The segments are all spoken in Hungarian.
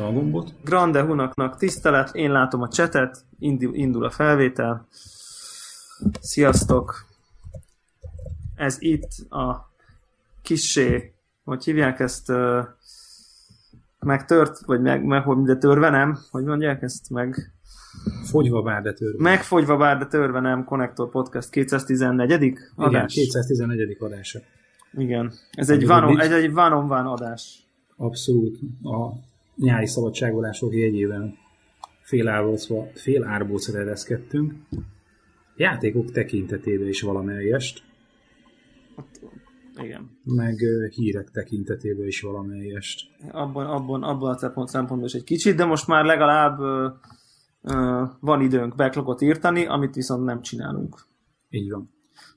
a gombot. Grande Hunaknak tisztelet, én látom a chatet, indul a felvétel. Sziasztok! Ez itt a kissé, hogy hívják ezt, megtört, vagy de törve nem? Hogy mondják ezt? Fogyva bár, de törve. Megfogyva bár, de törve nem. Connector Podcast 214. adás? Igen, 214. adása. Igen. Ez egy one-on-one adás. Abszolút. A nyári szabadságolások jegyében félárbócra ereszkedtünk. Játékok tekintetében is valamelyest. Igen. Meg hírek tekintetében is valamelyest. Abban a szempontból is egy kicsit, de most már legalább van időnk backlogot írtani, amit viszont nem csinálunk. Így van.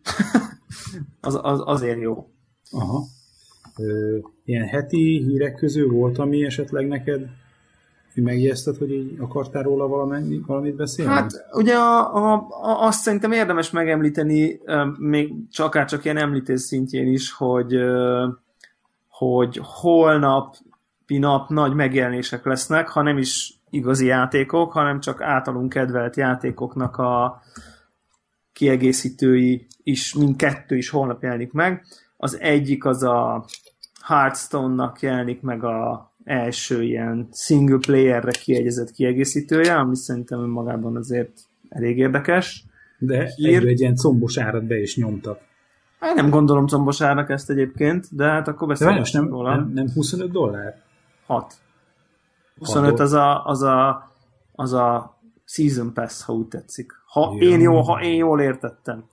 Azért jó. Aha. Ilyen heti hírek közül volt, ami esetleg neked megjegyezted, hogy így akartál róla valamit beszélni? Hát ugye azt szerintem érdemes megemlíteni, még akárcsak ilyen említés szintjén is, hogy holnapi nap nagy megjelenések lesznek, ha nem is igazi játékok, hanem csak általunk kedvelt játékoknak a kiegészítői is, mindkettő is holnap jelenik meg. Az egyik az a Hearthstone-nak jelenik meg a első ilyen single playerre kiegyezett kiegészítője, ami szerintem önmagában azért elég érdekes. De egy ilyen combos árat be is nyomtak. Hát nem gondolom combos árnak ezt egyébként, de hát akkor beszélünk róla. Nem $25? 6. 25 az a Season Pass, ha úgy tetszik. Ha én jól értettem.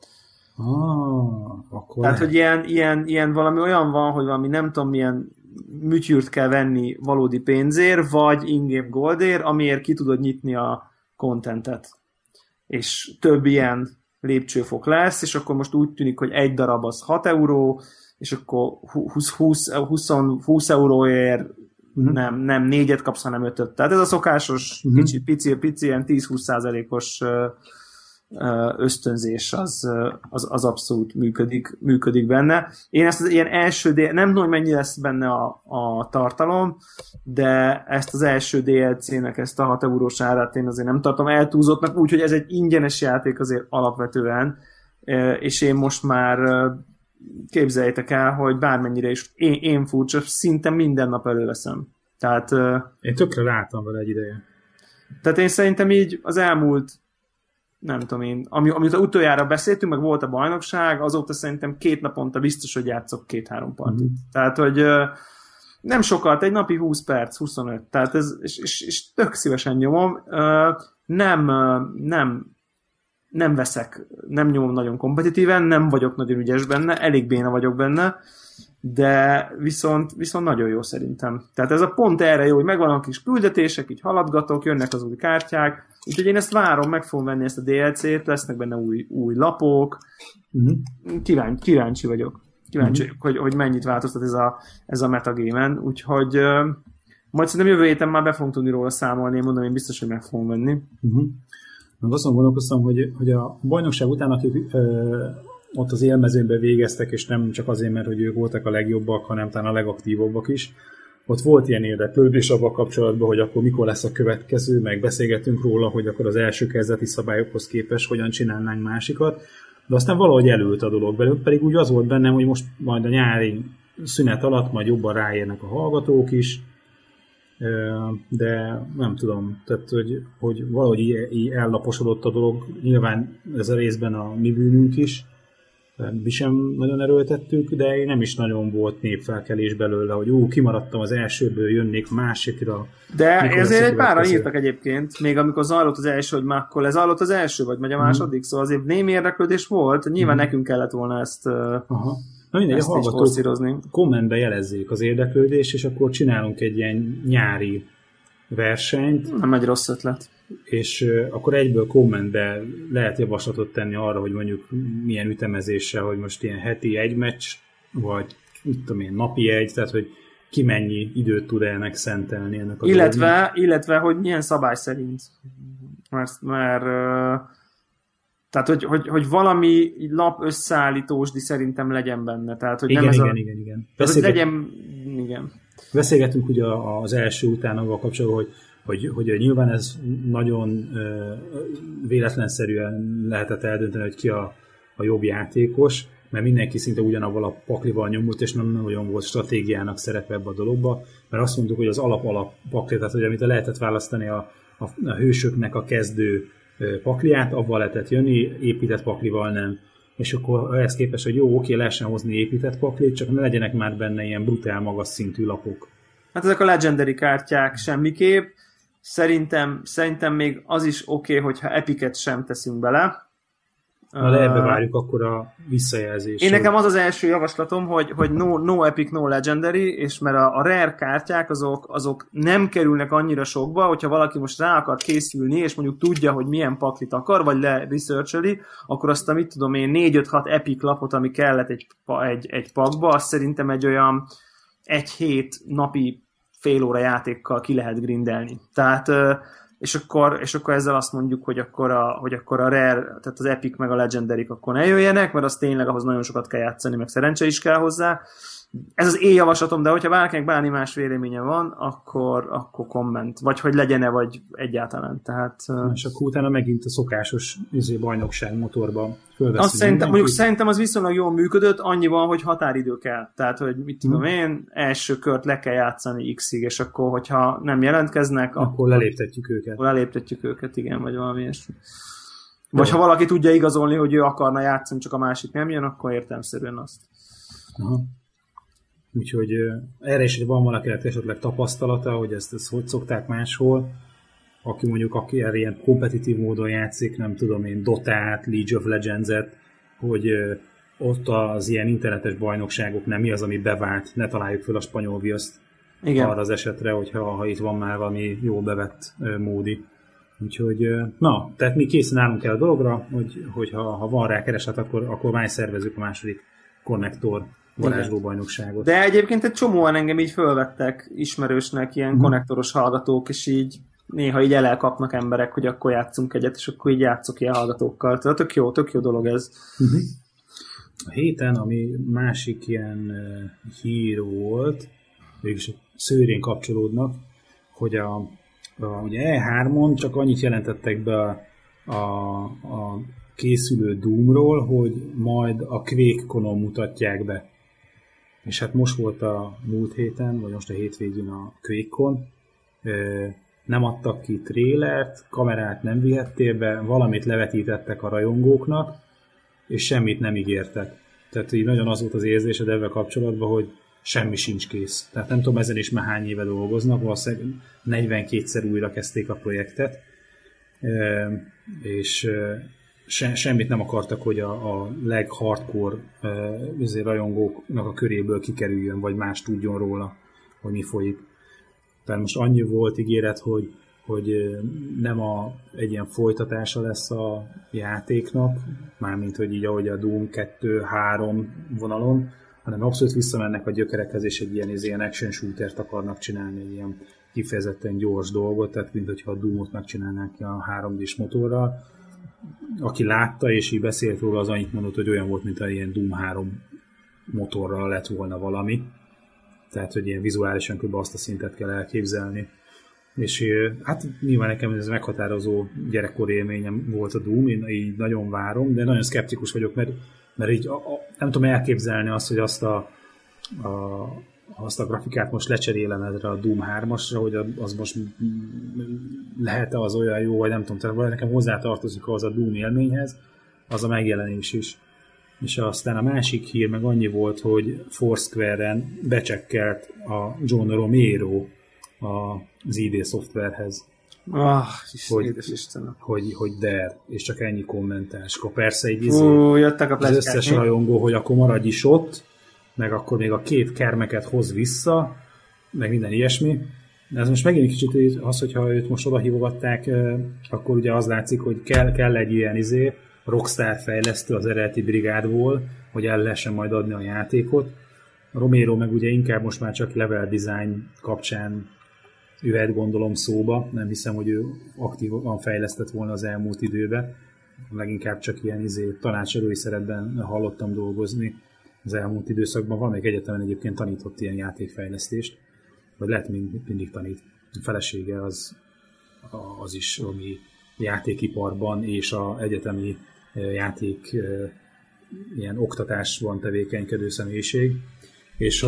Akkor tehát, hogy ilyen valami olyan van, hogy valami nem tudom milyen műtyűrt kell venni valódi pénzért, vagy in-game goldért, amiért ki tudod nyitni a contentet. És több ilyen lépcsőfok lesz, és akkor most úgy tűnik, hogy egy darab az 6 euró, és akkor 20 euróért nem 4-et kapsz, hanem 5-öt. Tehát ez a szokásos, pici, ilyen 10-20%-os ösztönzés az abszolút működik benne. Én ezt az ilyen első nem tudom, hogy mennyi lesz benne a tartalom, de ezt az első DLC-nek, ezt a 6 eurós árát én azért nem tartom eltúlzottnak, úgyhogy ez egy ingyenes játék azért alapvetően, és én most már képzeljétek el, hogy bármennyire is én furcsa, szinte minden nap előveszem. Tehát, én tökre láttam vele egy ideje. Tehát én szerintem így az elmúlt nem tudom én, amit utoljára beszéltünk, meg volt a bajnokság, azóta szerintem 2 naponta biztos, hogy játszok 2-3 partit. Tehát, hogy nem sokat, egy napi 20 perc, 25, tehát ez, és tök szívesen nyomom. Nem veszek, nem nyomom nagyon kompetitíven, nem vagyok nagyon ügyes benne, elég béna vagyok benne, de viszont nagyon jó szerintem. Tehát ez a pont erre jó, hogy megvan a kis küldetések, így haladgatok, jönnek az új kártyák, úgyhogy én ezt várom, meg fogom venni ezt a DLC-t, lesznek benne új lapok. Kíváncsi vagyok. Hogy mennyit változtat ez a metagame-en, úgyhogy majd szerintem jövő héten már be fogunk tudni róla számolni, én mondom, én biztos, hogy meg fogom venni. Meg azon gondolkoztam, hogy a bajnokság után, akik ott az élmezőnben végeztek, és nem csak azért, mert hogy ők voltak a legjobbak, hanem talán a legaktívabbak is. Ott volt ilyen érdeklődés abban kapcsolatban, hogy akkor mikor lesz a következő, meg beszélgettünk róla, hogy akkor az első kezdeti szabályokhoz képest hogyan csinálnánk másikat, de aztán valahogy elült a dolog belőle, pedig úgy az volt bennem, hogy most majd a nyári szünet alatt majd jobban ráérnek a hallgatók is, de nem tudom, tehát hogy valahogy így ellaposodott a dolog, nyilván ez a részben a mi bűnünk is, mi sem nagyon erőltettük, de nem is nagyon volt népfelkelés belőle, hogy kimaradtam az elsőből, jönnék másikra. De ezért egy páran írtak egyébként, még amikor zajlott az első, hogy már akkor lezajlott az első, vagy megy a második, szóval azért némi érdeklődés volt, nyilván nekünk kellett volna ezt, ezt a hallgatók kommentbe jelezzék az érdeklődést, és akkor csinálunk egy ilyen nyári versenyt. Nem egy rossz ötlet. És akkor egyből kommentbe lehet javaslatot tenni arra, hogy mondjuk milyen ütemezéssel, hogy most ilyen heti egy meccs, vagy tudom én, napi egy, tehát hogy ki mennyi időt tud ennek szentelni ennek a illetve, hogy milyen szabály szerint. Mert tehát, hogy valami lap összeállítósdi szerintem legyen benne. Tehát, hogy igen, nem ez igen. Tehát, hogy legyen... Igen. Beszélgettünk ugye az első utánával kapcsolatban, hogy nyilván ez nagyon véletlenszerűen lehetett eldönteni, hogy ki a jobb játékos, mert mindenki szinte ugyanavval a paklival nyomult, és nem nagyon volt stratégiának szerepe ebbe a dologba, mert azt mondtuk, hogy az alap pakli, tehát hogy amit lehetett választani a hősöknek a kezdő pakliát, avval lehetett jönni, épített paklival nem. És akkor ehhez képest, hogy jó, oké, lehessen hozni épített paklit, csak ne legyenek már benne ilyen brutál magas szintű lapok. Hát ezek a legendary kártyák semmiképp. Szerintem még az is oké, hogyha epiket sem teszünk bele. Na, de ebbe várjuk akkor a visszajelzést. Én nekem az első javaslatom, hogy no epic, no legendary, és mert a rare kártyák azok nem kerülnek annyira sokba, hogyha valaki most rá akar készülni, és mondjuk tudja, hogy milyen paklit akar, vagy researcheli, akkor azt a mit tudom én 4-5-6 epic lapot, ami kellett egy pakba, azt szerintem egy olyan 1 hét napi fél óra játékkal ki lehet grindelni. Tehát és akkor ezzel azt mondjuk, hogy akkor a rare, tehát az epic meg a legendary akkor ne jöjjenek, mert az tényleg ahhoz nagyon sokat kell játszani, meg szerencse is kell hozzá. Ez az én javaslatom, de hogyha bárkinek bármi más véleménye van, akkor komment. Vagy hogy legyen-e, vagy egyáltalán. Tehát, és akkor utána megint a szokásos bajnokság motorba szerintem az viszonylag jól működött, annyiban, hogy határidő kell. Tehát, hogy mit tudom én, első kört le kell játszani X-ig, és akkor, hogyha nem jelentkeznek, akkor leléptetjük őket. Akkor leléptetjük őket, igen, vagy valami ilyesmi. Vagy ha valaki tudja igazolni, hogy ő akarna játszani, csak a másik nem jön, akkor értelemszerűen azt. Aha. Úgyhogy erre is van valakinek esetleg tapasztalata, hogy ezt hogy szokták máshol, aki erre ilyen kompetitív módon játszik, nem tudom én, Dotát, League of Legends-et, hogy ott az ilyen internetes bajnokságok nem mi az, ami bevált, ne találjuk fel a spanyol viaszt arra az esetre, hogyha itt van már valami jól bevett módi. Úgyhogy, na, tehát mi készen állunk el a dologra, hogy ha van rá kereslet, akkor már szervezzük a második konnektor varázslóbajnokságot. De egyébként egy csomóan engem így fölvettek ismerősnek ilyen konnektoros hallgatók, és így néha így elkapnak emberek, hogy akkor játszunk egyet, és akkor így játszok ilyen hallgatókkal. Tehát tök jó dolog ez. A héten, ami másik ilyen hír volt, mégis a szőrén kapcsolódnak, hogy ugye E3-on csak annyit jelentettek be a készülő Doomról, hogy majd a Quake-konon mutatják be. És hát most volt a múlt héten, vagy most a hétvégén a Quake-kon, nem adtak ki trélert, kamerát nem vihettél be, valamit levetítettek a rajongóknak, és semmit nem ígértek. Tehát így nagyon az volt az érzésed ebben kapcsolatban, hogy semmi sincs kész. Tehát nem tudom, ezen is már hány éve dolgoznak, valószínűleg 42-szer újra kezdték a projektet, és semmit nem akartak, hogy a leghardcore rajongóknak a köréből kikerüljön, vagy más tudjon róla, hogy mi folyik. Tehát most annyi volt ígéret, hogy nem egy ilyen folytatása lesz a játéknak, mármint, hogy így ahogy a Doom 2-3 vonalon, hanem abszolút visszamennek a gyökerekhez, és egy ilyen action shootert akarnak csinálni, egy ilyen kifejezetten gyors dolgot, tehát mint hogyha a Doomot megcsinálnák a 3D-s motorral. Aki látta és így beszélt róla, az annyit mondott, hogy olyan volt, mint a ilyen Doom 3 motorral lett volna valami. Tehát, hogy ilyen vizuálisan kb. Azt a szintet kell elképzelni. És hát nyilván nekem ez meghatározó gyerekkori élményem volt a Doom, én így nagyon várom, de nagyon szkeptikus vagyok, mert így nem tudom elképzelni azt, hogy azt a grafikát most lecserélem erre a Doom 3-asra, hogy az most lehet-e az olyan jó, vagy nem tudom, tehát nekem hozzátartozik az a Doom élményhez, az a megjelenés is. És aztán a másik hír meg annyi volt, hogy Foursquare-en becsekkelt a John Romero az ID Softwarehez. Hogy der, és csak ennyi kommentás. Akkor persze így jöttek a az összes rajongó, hogy akkor maradj is ott, meg akkor még a 2 kermeket hoz vissza, meg minden ilyesmi. De ez most megint kicsit az, hogyha őt most odahívogatták, akkor ugye az látszik, hogy kell egy ilyen Rockstar fejlesztő az eredeti brigádból, hogy el lehessen majd adni a játékot. A Romero meg ugye inkább most már csak level design kapcsán jöhet gondolom szóba, nem hiszem, hogy ő aktívan fejlesztett volna az elmúlt időben. Leginkább csak ilyen tanácsadói szerepben hallottam dolgozni az elmúlt időszakban. Valamelyik egyetemen egyébként tanított ilyen játékfejlesztést. vagy lehet mindig tanít. A felesége az is, ami játékiparban és a egyetemi játék ilyen oktatásban tevékenykedő személyiség, és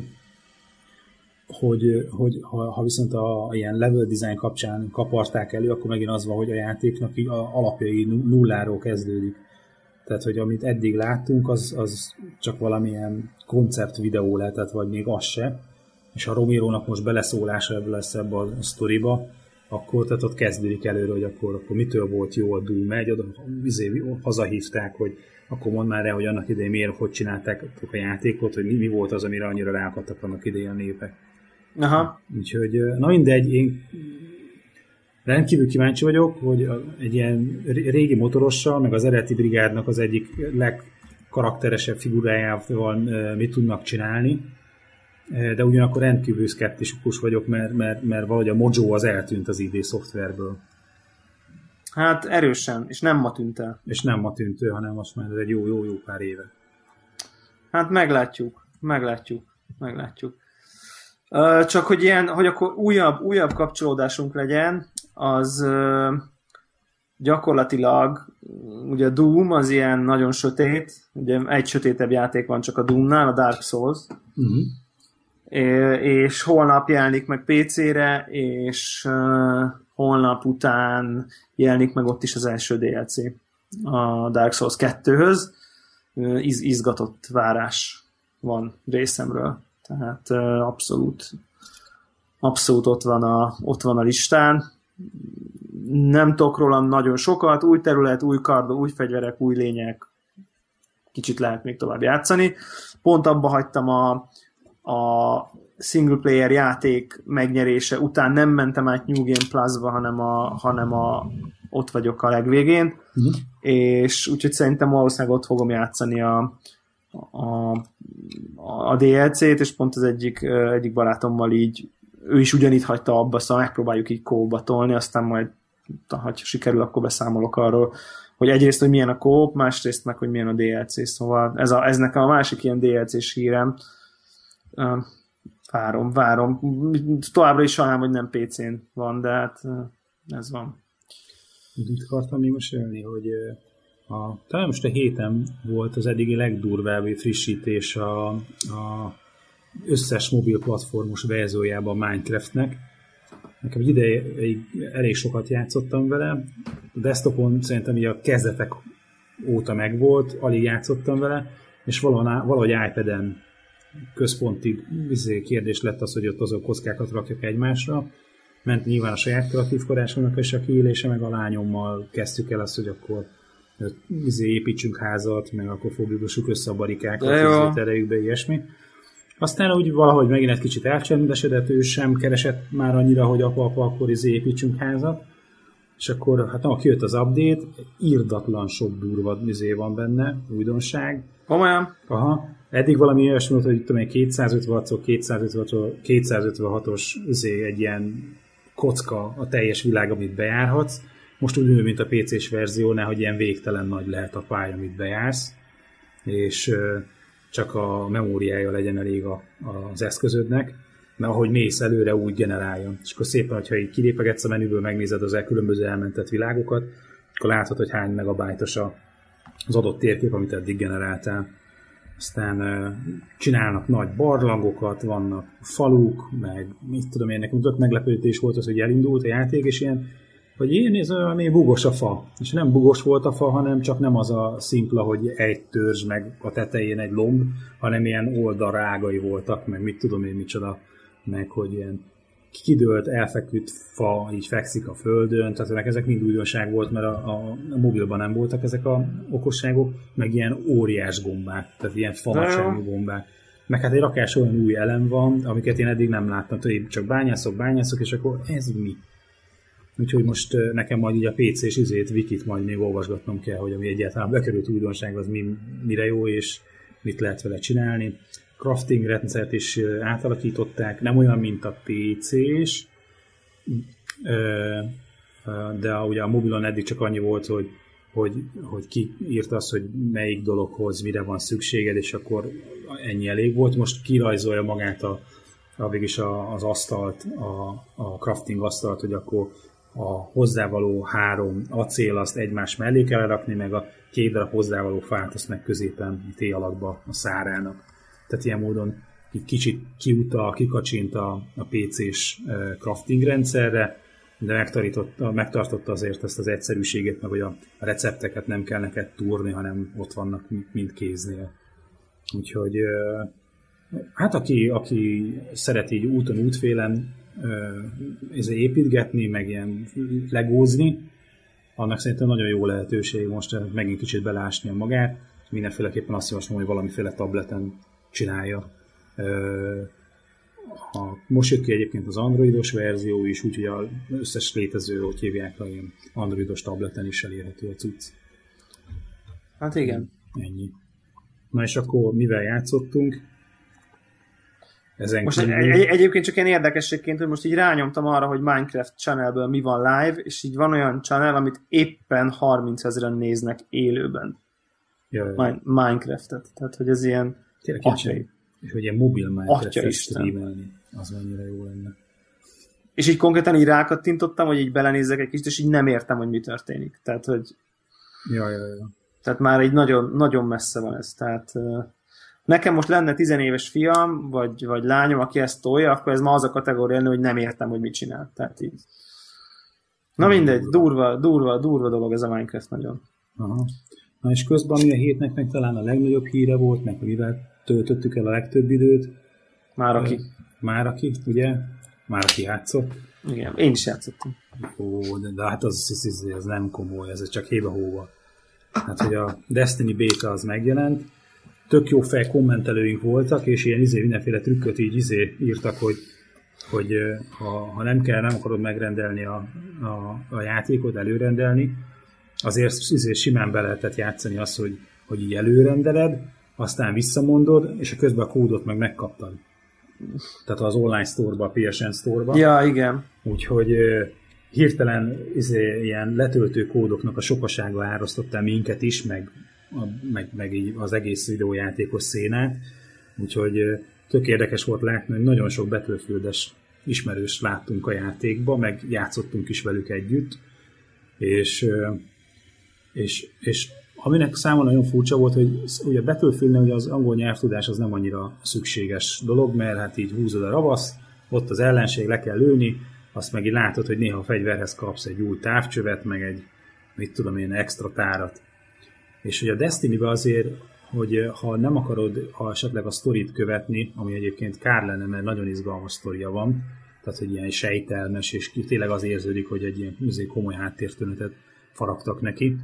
hogy ha viszont a ilyen level design kapcsán kaparták elő, akkor megint az van, hogy a játéknak a alapjai nulláról kezdődik. Tehát, hogy amit eddig láttunk, az csak valamilyen koncept videó lehetett, vagy még az se. És ha Romérónak most beleszólása ebből lesz ebbe a sztoriba, akkor tehát ott kezdődik előre, hogy akkor mitől volt jó a Doom 1, hazahívták, hogy akkor mondd már el, hogy annak idején miért, hogy csinálták a játékot, hogy mi volt az, amire annyira ráakadtak annak idején a népek. Aha. Úgyhogy, na mindegy, én rendkívül kíváncsi vagyok, hogy egy ilyen régi motorossal, meg az eredeti brigádnak az egyik legkarakteresebb figurájával mit tudnak csinálni, de ugyanakkor rendkívül szkeptikus vagyok, mert valahogy a Mojo az eltűnt az ID Softwareből. Hát erősen, és nem ma tűnt el. És nem ma tűnt el, hanem most már ez egy jó pár éve. Hát meglátjuk. Csak hogy hogy akkor újabb kapcsolódásunk legyen, az gyakorlatilag ugye a Doom az ilyen nagyon sötét, ugye egy sötétebb játék van csak a Doomnál, a Dark Souls, és holnap jelenik meg PC-re, és holnap után jelenik meg ott is az első DLC a Dark Souls 2-höz. Izgatott várás van részemről. Tehát abszolút ott van a listán. Nem tudok róla nagyon sokat, új terület, új kard, új fegyverek, új lények, kicsit lehet még tovább játszani. Pont abba hagytam a single player játék megnyerése után, nem mentem át New Game Plus-ba, hanem ott vagyok a legvégén, és úgyhogy szerintem valószínűleg ott fogom játszani a DLC-t, és pont az egyik barátommal így, ő is ugyanígy hagyta abba, szóval megpróbáljuk így co-ba tolni, aztán majd, ha sikerül, akkor beszámolok arról, hogy egyrészt, hogy milyen a co-op, másrészt meg, hogy milyen a DLC, szóval ez nekem a másik ilyen DLC-s hírem. Várom. Továbbra is sajnálom, hogy nem PC-n van, de hát ez van. Itt akartam még most jönni, hogy talán most a héten volt az eddigi legdurvább frissítés a összes mobil platformos verziójában Minecraftnek. Nekem egy ideig elég sokat játszottam vele. A desktopon szerintem így a kezdetek óta megvolt, alig játszottam vele, és valahogy iPad-en központi kérdés lett az, hogy ott azok kockákat rakjak egymásra. Ment nyilván a saját kreatív forrásomnak és a kiélése, meg a lányommal kezdtük el azt, hogy akkor építsünk házat, meg akkor fogjuk össze a barikákat, terejük be, ilyesmi. Aztán úgy valahogy megint egy kicsit elcsendesedett, ő sem keresett már annyira, hogy apa, akkor építsünk házat. És akkor, hát kijött az update, irdatlan sok durva van benne, újdonság. Komolyan? Aha. Eddig valami olyasmi volt, hogy tudom én 256-os 256-os egy ilyen kocka a teljes világ, amit bejárhatsz. Most úgy mint a PC-s verziónál, hogy ilyen végtelen nagy lehet a pálya, amit bejársz, és csak a memóriája legyen elég az eszközödnek, mert ahogy mész előre, úgy generáljon. És akkor szépen, hogyha így kilépegetsz a menüből, megnézed az különböző elmentett világokat, akkor látod, hogy hány megabájtos az adott térkép, amit eddig generáltál. Aztán csinálnak nagy barlangokat, vannak faluk, meg mit tudom én, nekem ott meglepődés volt az, hogy elindult a játék, és ilyen, hogy én nézem, ami bugos a fa. És nem bugos volt a fa, hanem csak nem az a szimpla, hogy egy törzs, meg a tetején egy lomb, hanem ilyen oldalrágai voltak, meg mit tudom én micsoda, meg hogy ilyen kidőlt, elfeküdt fa így fekszik a földön, tehát ezek mind újdonság volt, mert a mobilban nem voltak ezek a okosságok, meg ilyen óriás gombák, tehát ilyen fanaságú gombák. Meg hát egy rakás olyan új elem van, amiket én eddig nem láttam, hogy csak bányászok, és akkor ez mi? Úgyhogy most nekem majd így a PC-s wikit majd még olvasgatnom kell, hogy ami egyáltalán bekerült újdonság, az mire jó, és mit lehet vele csinálni. Crafting rendszert is átalakították, nem olyan, mint a PC-s, de ugye a mobilon eddig csak annyi volt, hogy ki írta azt, hogy melyik dologhoz mire van szükséged, és akkor ennyi elég volt. Most kirajzolja magát végig az asztalt, a crafting asztalt, hogy akkor a hozzávaló 3 acél azt egymás mellé kell rakni, meg a 2 darab hozzávaló fát azt meg középen T alakba a szárának. Tehát ilyen módon kicsit kikacsint a PC-s crafting rendszerre, de megtartotta azért ezt az egyszerűséget, meg hogy a recepteket nem kell neked túrni, hanem ott vannak mind kéznél. Úgyhogy hát aki szeret így útfélen építgetni, meg ilyen legózni, annak szerintem nagyon jó lehetőség most megint kicsit belásni a magát. Mindenféleképpen azt javaslom, hogy valamiféle tableten csinálja. Most jött ki egyébként az androidos verzió is, úgyhogy az összes létező, hogy hívják, ilyen androidos tableten is elérhető a cucc. Hát igen. Ennyi. Na és akkor mivel játszottunk? Most egyébként csak ilyen érdekességként, hogy most így rányomtam arra, hogy Minecraft channelből mi van live, és így van olyan channel, amit éppen 30 000-en néznek élőben. Minecraftet. Tehát, hogy ez ilyen atyai. És hogy ilyen mobil Minecraft-et streamelni, az mennyire jó lenne. És így konkrétan így rákattintottam, hogy így belenézzek egy kicsit, és így nem értem, hogy mi történik. Tehát, hogy... Ja. Tehát már így nagyon, nagyon messze van ez. Tehát nekem most lenne 10 éves fiam, vagy lányom, aki ezt tolja, akkor ez ma az a kategória lenne, hogy nem értem, hogy mit csinál. Tehát így. Na mindegy, durva dolog ez a Minecraft nagyon. Aha. Na és közben mi a hétnek meg talán a legnagyobb híre volt, meg mivel töltöttük el a legtöbb időt. Már aki, ugye? Már aki játszott. Igen, én is játszottam. Ó, de hát az nem komoly, ez csak hébe-hóba. Hát, hogy a Destiny beta az megjelent, tök jó fej kommentelőink voltak, és ilyen mindenféle trükköt így írtak, hogy ha nem akarod megrendelni a játékot, előrendelni, azért simán be lehetett játszani azt, hogy így előrendeled, aztán visszamondod, és a közben a kódot meg megkaptad. Tehát az online store-ba, a PSN store-ba. Ja, igen. Úgyhogy hirtelen ilyen letöltő kódoknak a sokasága árasztott el minket is, meg így az egész videójátékos szénát. Úgyhogy tök érdekes volt látni, hogy nagyon sok Battlefield-es ismerős láttunk a játékba, meg játszottunk is velük együtt. És aminek számomra nagyon furcsa volt, hogy ugye a Battlefieldnél ugye az angol nyelvtudás az nem annyira szükséges dolog, mert hát így húzod a ravaszt, ott az ellenség, le kell lőni, azt meg így látod, hogy néha a fegyverhez kapsz egy új távcsövet, meg egy, extra tárat. És hogy a Destiny-be azért, hogy ha nem akarod esetleg a sztorit követni, ami egyébként kár lenne, mert nagyon izgalmas sztoria van, tehát hogy ilyen sejtelmes, és tényleg az érződik, hogy egy ilyen komoly háttértörténetet faragtak neki,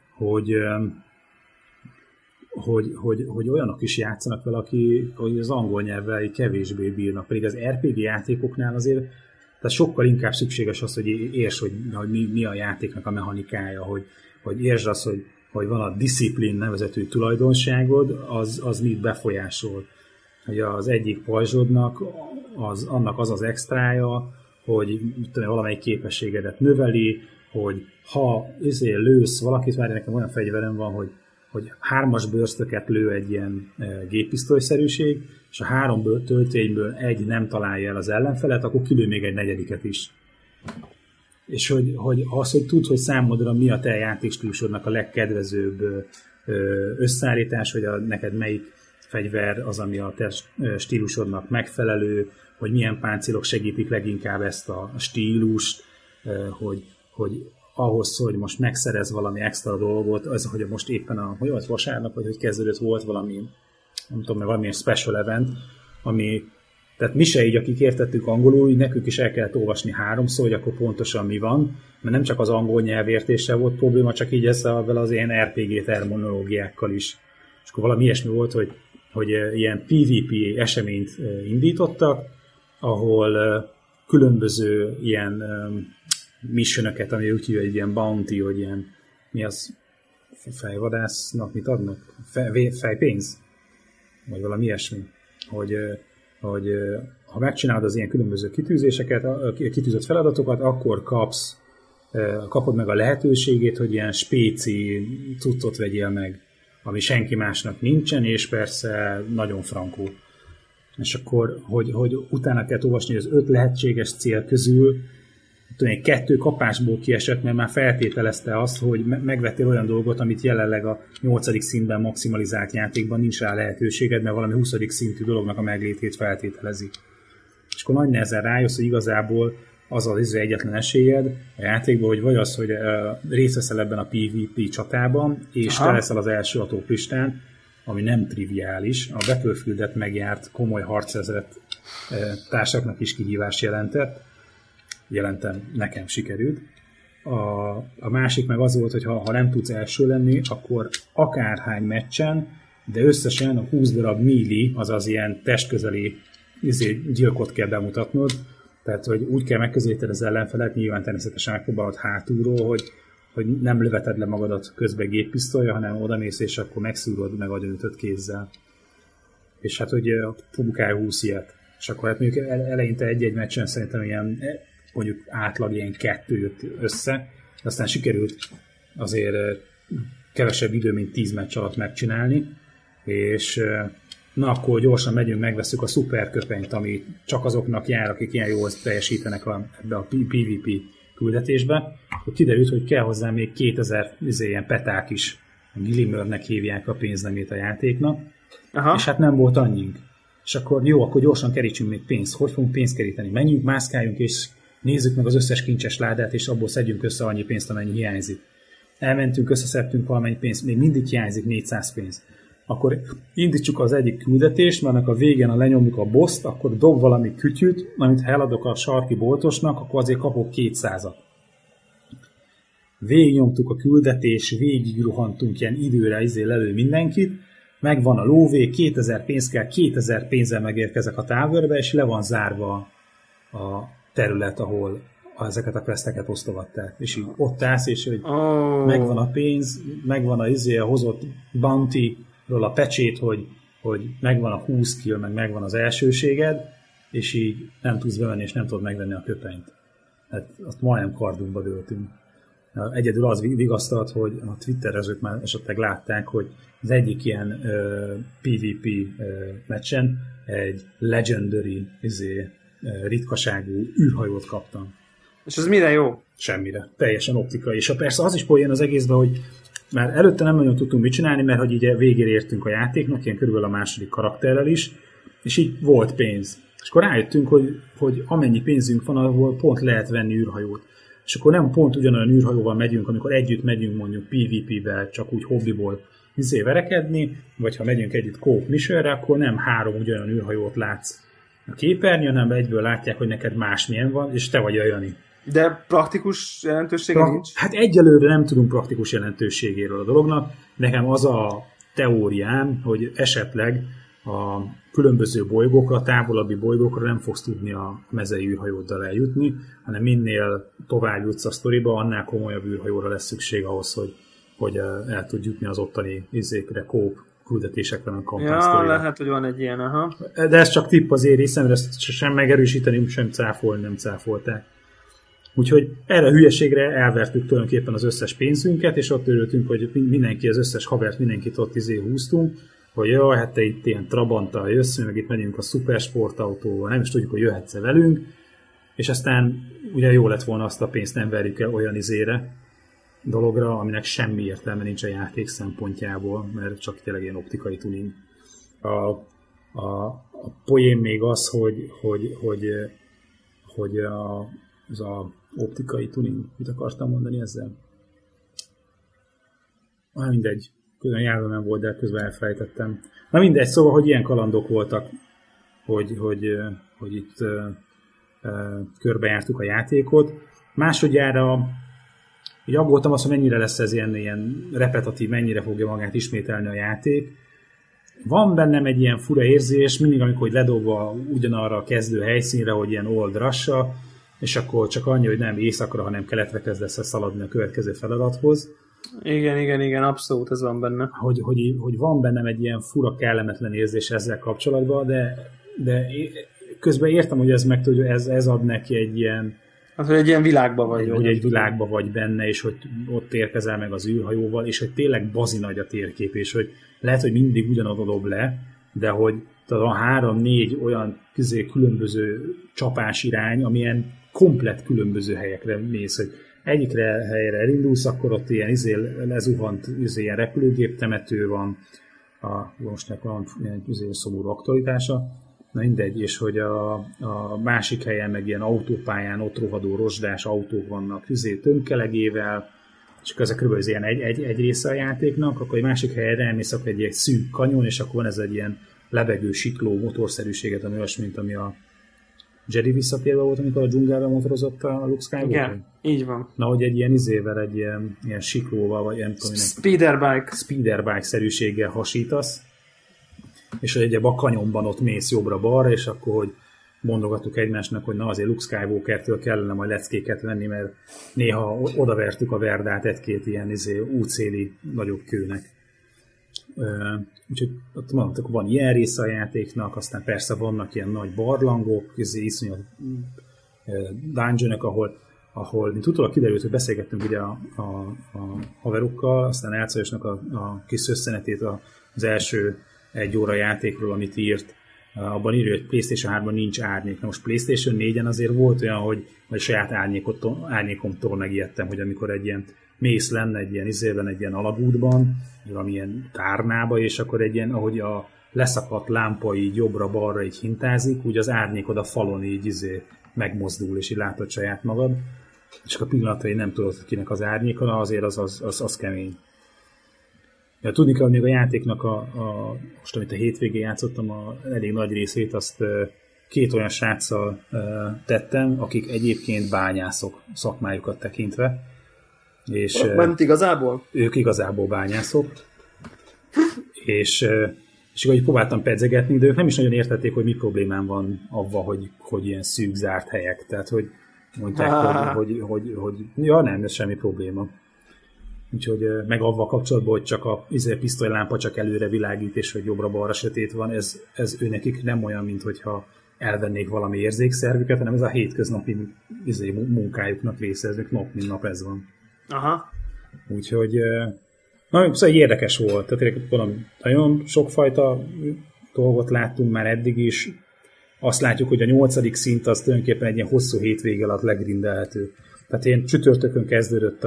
hogy olyanok is játszanak vele, hogy az angol nyelvvel kevésbé bírnak, pedig az RPG játékoknál azért tehát sokkal inkább szükséges az, hogy értsd, hogy mi a játéknak a mechanikája, hogy értsd azt, hogy van a discipline nevezetű tulajdonságod, az mit befolyásol. Hogy az egyik pajzsodnak annak az extrája, hogy valamelyik képességedet növeli, hogy ha lősz valakit, várj, nekem olyan fegyverem van, hogy 3-as bőrztöket lő egy ilyen géppisztolyszerűség, és a 3 töltényből egy nem találja el az ellenfelet, akkor kilő még egy 4. is. És hogy tudd, hogy számodra mi a te játékstílusodnak a legkedvezőbb összeállítás, hogy neked melyik fegyver az, ami a te stílusodnak megfelelő, hogy milyen páncélok segítik leginkább ezt a stílust, hogy ahhoz, hogy most megszerez valami extra dolgot, az, hogy most éppen vasárnap, vagy hogy kezdődött, volt valami, nem tudom, valamilyen special event, tehát mi se így, akik értettük angolul, így nekünk is el kellett olvasni 3-szor, hogy akkor pontosan mi van, mert nem csak az angol nyelvértéssel volt probléma, csak így vele az ilyen RPG terminológiákkal is. És akkor valami ilyesmi volt, hogy ilyen PvP eseményt indítottak, ahol különböző ilyen missionöket, ami úgy hívja, egy ilyen bounty, hogy ilyen, mi az, fejvadásznak mit adnak? Fejpénz? Vagy valami ilyesmi. Hogy ha megcsinálod az ilyen különböző kitűzött feladatokat, akkor kapod meg a lehetőségét, hogy ilyen spéci cuccot vegyél meg, ami senki másnak nincsen, és persze nagyon frankó. és akkor, hogy utána kell olvasni, hogy az 5 lehetséges cél közül 2 kapásból kiesett, mert már feltételezte azt, hogy megvettél olyan dolgot, amit jelenleg a 8. szintben maximalizált játékban nincs rá lehetőséged, mert valami 20. szintű dolognak a meglétét feltételezi. És akkor nagy nehezen rájössz, hogy igazából az egyetlen esélyed a játékban, hogy vagy az, hogy részt veszel ebben a PvP csatában, és te leszel az első a top listán, ami nem triviális. A Battlefieldet megjárt komoly harcezret társaknak is kihívást jelentem, nekem sikerült. A másik meg az volt, hogy ha nem tudsz első lenni, akkor akárhány meccsen, de összesen a 20 darab melee, azaz ilyen testközeli gyilkot kell bemutatnod, tehát hogy úgy kell megközelíted az ellenfelet, nyilván természetesen megpróbálod hátulról, hogy nem löveted le magadat közben géppisztolya, hanem odamész, és akkor megszúrod meg agyonütött kézzel. És hát, hogy publikálj 20 ilyet. És akkor hát mondjuk eleinte egy-egy meccsen szerintem ilyen, mondjuk átlag ilyen 2 jött össze, aztán sikerült azért kevesebb idő, mint 10 meccs alatt megcsinálni, és na akkor gyorsan megyünk, megveszük a szuperköpenyt, ami csak azoknak jár, akik ilyen jól teljesítenek ebbe a PvP küldetésbe. Akkor kiderült, hogy kell hozzá még 2000 ilyen peták is, Glimmernek hívják a pénznemét a játéknak, aha. És hát nem volt annyink. És akkor jó, akkor gyorsan kerítsünk még pénzt. Hogy fogunk pénzt keríteni? Menjünk, mászkáljunk, és nézzük meg az összes kincses ládát, és abból szedjünk össze annyi pénzt, amennyi hiányzik. Elmentünk, összeszedtünk valamennyi pénzt, még mindig hiányzik 400 pénz. Akkor indítsuk az egyik küldetést, mert a végén, ha lenyomjuk a boszt, akkor dob valami kütyüt, amit ha eladok a sarki boltosnak, akkor azért kapok 200-at. Végignyomtuk a küldetés, végigruhantunk ilyen időre, lelő mindenkit, megvan a lóvé, 2000 pénz kell, 2000 pénzzel megérkezek a táborba, és le van zárva a terület, ahol ezeket a questeket osztogatták. És így ott állsz, és hogy megvan a pénz, megvan a hozott bounty-ról a pecsét, hogy megvan a 20 kill, meg megvan az elsőséged, és így nem tudsz bevenni, és nem tudod megvenni a köpenyt. Hát azt majdnem kardunkba dőltünk. Egyedül az vigasztalt, hogy a Twitterezők már esetleg látták, hogy az egyik ilyen PvP meccsen egy legendary, ritkaságú űrhajót kaptam. És ez mire jó? Semmire. Teljesen optikai. És persze az is poén az egészben, hogy már előtte nem nagyon tudtunk mit csinálni, mert hogy így végére értünk a játéknak, ilyen körülbelül a második karakterrel is, és így volt pénz. És akkor rájöttünk, hogy amennyi pénzünk van, ahol pont lehet venni űrhajót. És akkor nem pont ugyanolyan űrhajóval megyünk, amikor együtt megyünk mondjuk PvP-vel, csak úgy hobbiból verekedni, vagy ha megyünk együtt co-op missionre, akkor nem 3 ugyanolyan űrhajót látsz a képernyőn, hanem egyből látják, hogy neked másmilyen van, és te vagy a Jani. De praktikus jelentősége nincs? Hát egyelőre nem tudunk praktikus jelentőségéről a dolognak. Nekem az a teóriám, hogy esetleg a különböző bolygókra, távolabbi bolygókra nem fogsz tudni a mezei űrhajóddal eljutni, hanem minél tovább jutsz a sztoriba, annál komolyabb űrhajóra lesz szükség ahhoz, hogy el tud jutni az ottani co-op küldetésekre, a kampánysztorira. Ja, lehet, hogy van egy ilyen, aha. De ez csak tipp azért részemre, ezt sem megerősíteni, sem cáfolni, nem cáfolták. Úgyhogy erre a hülyeségre elvertük tulajdonképpen az összes pénzünket, és ott örültünk, hogy mindenki, az összes havert, mindenkit ott húztunk, hogy jaj, hát te itt ilyen Trabanttal jössz, meg itt megyünk a szupersportautóval, nem is tudjuk, hogy jöhetsz-e velünk, és aztán ugye jó lett volna azt a pénzt nem verjük el olyan dologra, aminek semmi értelme nincs a játék szempontjából, mert csak tényleg ilyen optikai tuning. A poén még az, hogy az a optikai tuning, mit akartam mondani ezzel? Mindegy, közben nyelvemen volt, de közben elfelejtettem. Na mindegy, szóval, hogy ilyen kalandok voltak, hogy itt körbejártuk a játékot. Másodjára így aggódtam azt, hogy mennyire lesz ez ilyen repetitív, mennyire fogja magát ismételni a játék. Van bennem egy ilyen fura érzés, mindig amikor ledobva ugyanarra a kezdő helyszínre, hogy ilyen old rush-a, és akkor csak annyi, hogy nem északra, hanem keletre kezdesz szaladni a következő feladathoz. Igen, abszolút ez van benne. Hogy van bennem egy ilyen fura, kellemetlen érzés ezzel kapcsolatban, de közben értem, hogy ez meg tudja, ez ad neki egy ilyen... Hát, hogy egy ilyen világba vagy. Hogy egy világba vagy benne, és hogy ott érkezel meg az űrhajóval, és hogy tényleg bazi nagy a térkép, és hogy lehet, hogy mindig ugyanoda dob le, de hogy Tehát van 3-4 olyan különböző csapásirány, amilyen komplet különböző helyekre mész, hogy egyikre helyre elindulsz, akkor ott ilyen lezuhant ilyen repülőgép temető van, most van ilyen szomorú aktualitása, na mindegy, és hogy a másik helyen meg ilyen autópályán ott rohadó rozsdás autók vannak tömkelegével, és akkor ez kb. Ilyen egy része a játéknak, akkor egy másik helyre elmész, akkor egy szűk kanyon, és akkor van ez egy ilyen lebegő, sikló motorszerűséget, ami olyas, mint ami a Jedi visszatérve volt, amikor a dzsungelben motorozott a Luke Skywalker. Igen, így van. Na, hogy egy ilyen egy ilyen siklóval, vagy nem tudom, Speederbike-szerűséggel hasítasz, és hogy ebben a kanyonban ott mész jobbra-balra, és akkor, hogy mondogattuk egymásnak, hogy na azért Luke Skywalkertől kellene majd leckéket venni, mert néha odavertük a verdát egy-két ilyen útszéli nagyobb kőnek. Úgyhogy ott mondtuk, van ilyen része a játéknak, aztán persze vannak ilyen nagy barlangok, iszonyat dungeonok, ahol mint utólag kiderült, hogy beszélgettünk ugye a haverokkal, aztán Elcajosnak a kis összenetét az első 1 óra játékról, amit írt, abban írja, hogy PlayStation 3-ban nincs árnyék. Na most PlayStation 4-en azért volt olyan, hogy saját árnyékomtól megijedtem, hogy amikor egy ilyen mész lenne egy ilyen alagútban, valamilyen tárnába, és akkor egy ilyen, ahogy a leszakadt lámpa így jobbra-balra így hintázik, úgy az árnyékod a falon így megmozdul, és így látod saját magad, és akkor pillanatra nem tudod, kinek az árnyéka, azért az kemény. Ja, tudni kell, hogy még a játéknak most amit a hétvégén játszottam, elég nagy részét azt 2 olyan sráccal tettem, akik egyébként bányászok szakmájukat tekintve. És ment igazából? Ők igazából bányászok. és akkor próbáltam pedzegetni, de ők nem is nagyon értették, hogy mi problémám van avval, hogy ilyen szűk zárt helyek. Tehát, hogy mondták, hogy ja, nem, ez semmi probléma. Úgyhogy meg avval kapcsolatban, hogy csak a pisztolylámpa csak előre világít, és hogy jobbra-balra sötét van, ez őnekik nem olyan, mint hogyha elvennék valami érzékszervüket, hanem ez a hétköznapi munkájuknak része, ez nap mint nap ez van. Aha. Úgyhogy szóval érdekes volt. Tehát nagyon sokfajta dolgot láttunk már eddig is. Azt látjuk, hogy a 8. szint az tulajdonképpen egy ilyen hosszú hétvége alatt legrindelhető. Tehát ilyen csütörtökön kezdődött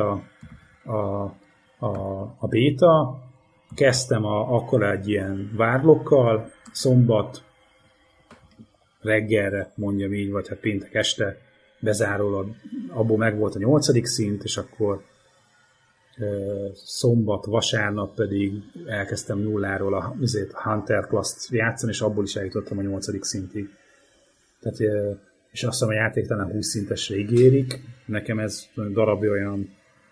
a béta, kezdtem akkor egy ilyen várlokkal, szombat reggelre, mondjam így, vagy hát péntek este bezáról, abból meg volt a 8. szint, és akkor szombat, vasárnap pedig elkezdtem nulláról a Hunter Class-t játszani, és abból is eljutottam a 8. szintig. Tehát, és azt hiszem a játék talán 20 szintesre ígérik. Nekem ez darabja olyan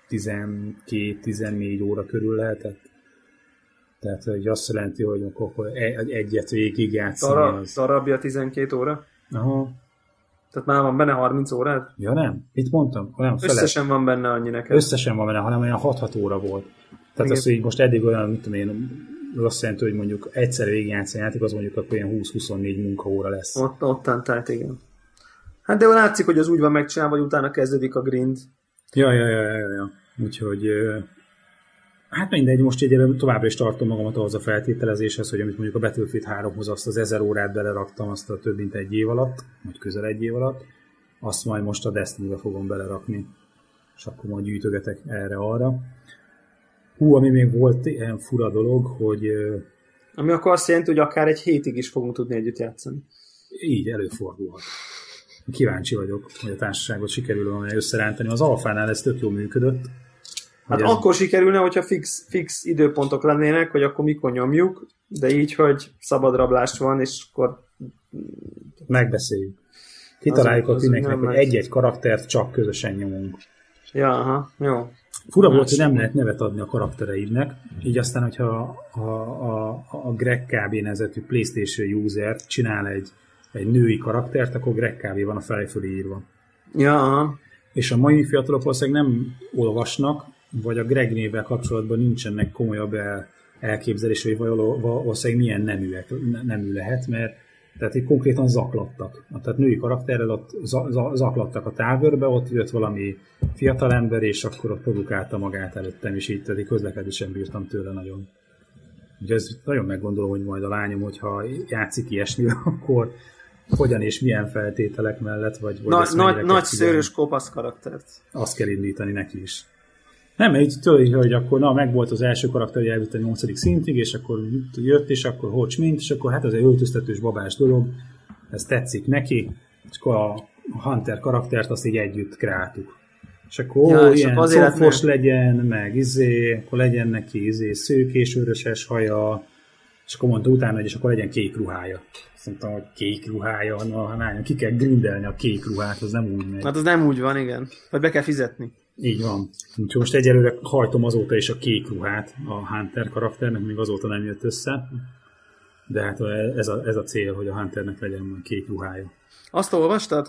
12-14 óra körül lehetett. Tehát hogy azt jelenti, hogy akkor egyet végig játszani. Darabja 12 óra? Aha. Tehát már van benne 30 órád? Ja nem, mit mondtam? Összesen van benne annyi neked. Összesen van benne, hanem olyan 6-6 óra volt. Tehát az, hogy most eddig olyan, mit tudom én, azt jelenti, hogy mondjuk egyszer végigjátszani játék, az mondjuk akkor ilyen 20-24 munkaóra lesz. Ottan, tehát igen. Hát de látszik, hogy az úgy van megcsinálva, hogy utána kezdődik a grind. Ja. Úgyhogy hát mindegy, most egyébként továbbra is tartom magamat ahhoz a feltételezéshez, hogy amit mondjuk a Battlefield 3-hoz azt az 1000 órát beleraktam, azt a több mint 1 év alatt, vagy közel 1 év alatt, azt majd most a Destiny-be fogom belerakni, és akkor majd gyűjtögetek erre-arra. Ami még volt ilyen fura dolog, hogy... Ami akkor azt jelenti, hogy akár egy hétig is fogunk tudni együtt játszani. Így, előfordulhat. Kíváncsi vagyok, hogy a társaságot sikerül valami összerántani. Az alfánál ez tök jól működött. Hát akkor sikerülne, hogyha fix időpontok lennének, hogy akkor mikor nyomjuk, de így, hogy szabadrablás van, és akkor... Megbeszéljük. Kitaláljuk a tűneknek, hogy egy-egy karaktert csak közösen nyomunk. Ja, aha, jó. Fura volt, hogy nem lehet nevet adni a karaktereidnek, így aztán, hogyha a Greg KB nevezetű PlayStation user csinál egy női karaktert, akkor Greg KB van a fele fölé írva. Ja, aha. És a mai fiatalok valószínűleg nem olvasnak, vagy a Greg névvel kapcsolatban nincsenek komolyabb elképzelései, vagy valószínűleg milyen nemű lehet, mert tehát itt konkrétan zaklattak. Tehát női karakterrel ott zaklattak a távőrbe, ott jött valami fiatalember, és akkor ott produkálta magát előttem, és így tehát közlekedni sem bírtam tőle nagyon. Ugye ez nagyon meggondolom, hogy majd a lányom, hogyha játszik ilyesmivel, akkor hogyan és milyen feltételek mellett, vagy nagy szőrös kopasz karaktert. Azt kell indítani neki is. Nem, mert így tudod, hogy akkor megvolt az első karakter, hogy elvitt a 8. szintig, és akkor jött, és akkor hogy mint, és akkor hát az egy öltöztetős babás dolog, ez tetszik neki, és akkor a Hunter karaktert azt így együtt kreáltuk. És akkor ilyen cofos legyen, meg akkor legyen neki szőkés, vöröses haja, és akkor mondta utána, hogy és akkor legyen kék ruhája. Azt mondtam, hogy kék ruhája, na, ki kell grindelni a kék ruhát, az nem úgy megy. Hát az nem úgy van, igen. Vagy be kell fizetni. Így van. Úgyhogy most egyelőre hajtom azóta is a kék ruhát a Hunter karakternek, még azóta nem jött össze. De hát ez a cél, hogy a Hunternek legyen kék ruhája. Azt olvastad,